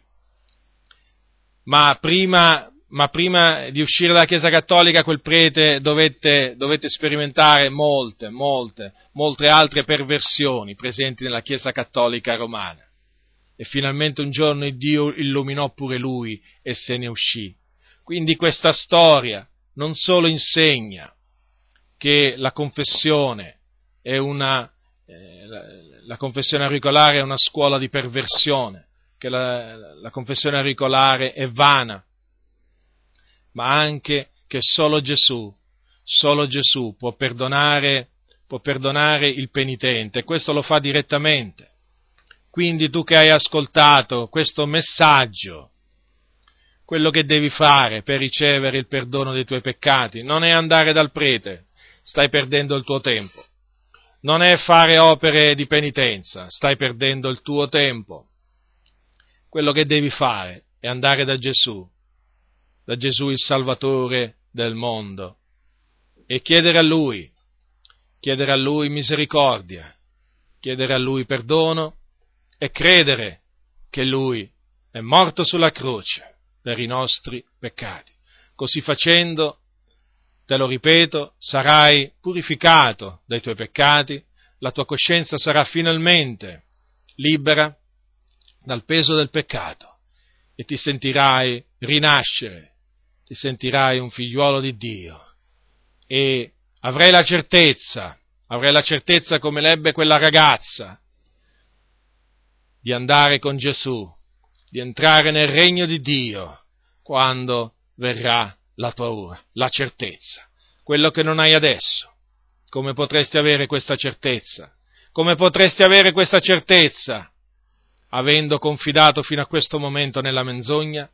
ma prima di uscire dalla Chiesa Cattolica quel prete dovette sperimentare molte altre perversioni presenti nella Chiesa Cattolica romana. E finalmente un giorno Dio illuminò pure lui e se ne uscì. Quindi questa storia non solo insegna che la confessione la confessione auricolare è una scuola di perversione, che la confessione auricolare è vana, ma anche che solo Gesù può perdonare il penitente, e questo lo fa direttamente. Quindi tu che hai ascoltato questo messaggio, quello che devi fare per ricevere il perdono dei tuoi peccati non è andare dal prete, stai perdendo il tuo tempo. Non è fare opere di penitenza, stai perdendo il tuo tempo. Quello che devi fare è andare da Gesù il Salvatore del mondo, e chiedere a Lui misericordia, chiedere a Lui perdono e credere che Lui è morto sulla croce per i nostri peccati. Così facendo, te lo ripeto, sarai purificato dai tuoi peccati, la tua coscienza sarà finalmente libera dal peso del peccato e ti sentirai rinascere, ti sentirai un figliuolo di Dio e avrai la certezza come l'ebbe quella ragazza, di andare con Gesù, di entrare nel regno di Dio quando verrà la tua ora, la certezza, quello che non hai adesso. Come potresti avere questa certezza? Come potresti avere questa certezza avendo confidato fino a questo momento nella menzogna?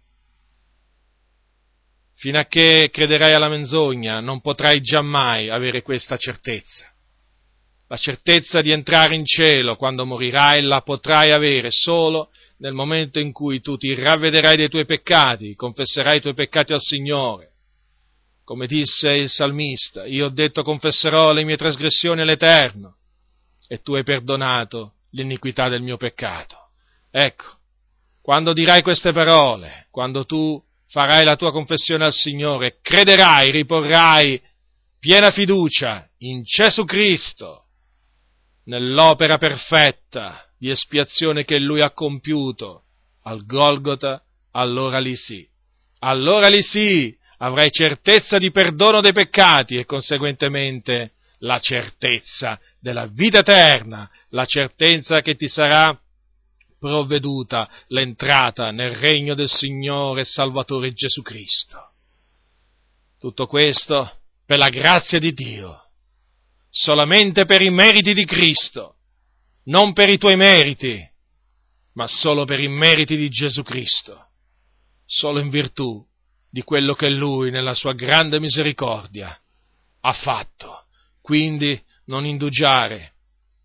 Fino a che crederai alla menzogna non potrai giammai avere questa certezza. La certezza di entrare in cielo quando morirai la potrai avere solo nel momento in cui tu ti ravvederai dei tuoi peccati, confesserai i tuoi peccati al Signore. Come disse il salmista: io ho detto confesserò le mie trasgressioni all'Eterno, e tu hai perdonato l'iniquità del mio peccato. Ecco, quando dirai queste parole, quando tu farai la tua confessione al Signore, crederai, riporrai piena fiducia in Gesù Cristo, nell'opera perfetta di espiazione che Lui ha compiuto al Golgota, allora lì sì, avrai certezza di perdono dei peccati e conseguentemente la certezza della vita eterna, la certezza che ti sarà provveduta l'entrata nel regno del Signore e Salvatore Gesù Cristo. Tutto questo per la grazia di Dio, solamente per i meriti di Cristo, non per i tuoi meriti, ma solo per i meriti di Gesù Cristo, solo in virtù di quello che Lui, nella sua grande misericordia, ha fatto. Quindi non indugiare.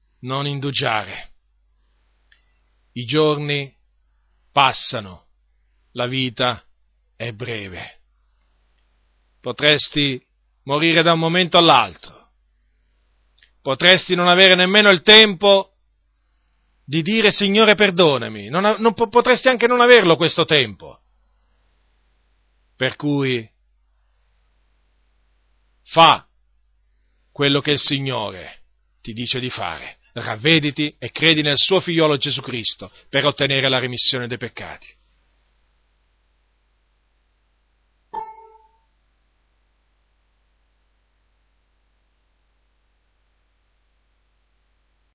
I giorni passano, la vita è breve. Potresti morire da un momento all'altro. Potresti non avere nemmeno il tempo di dire Signore perdonami. Potresti anche non averlo questo tempo. Per cui fa quello che il Signore ti dice di fare. Ravvediti e credi nel suo figliolo Gesù Cristo per ottenere la remissione dei peccati.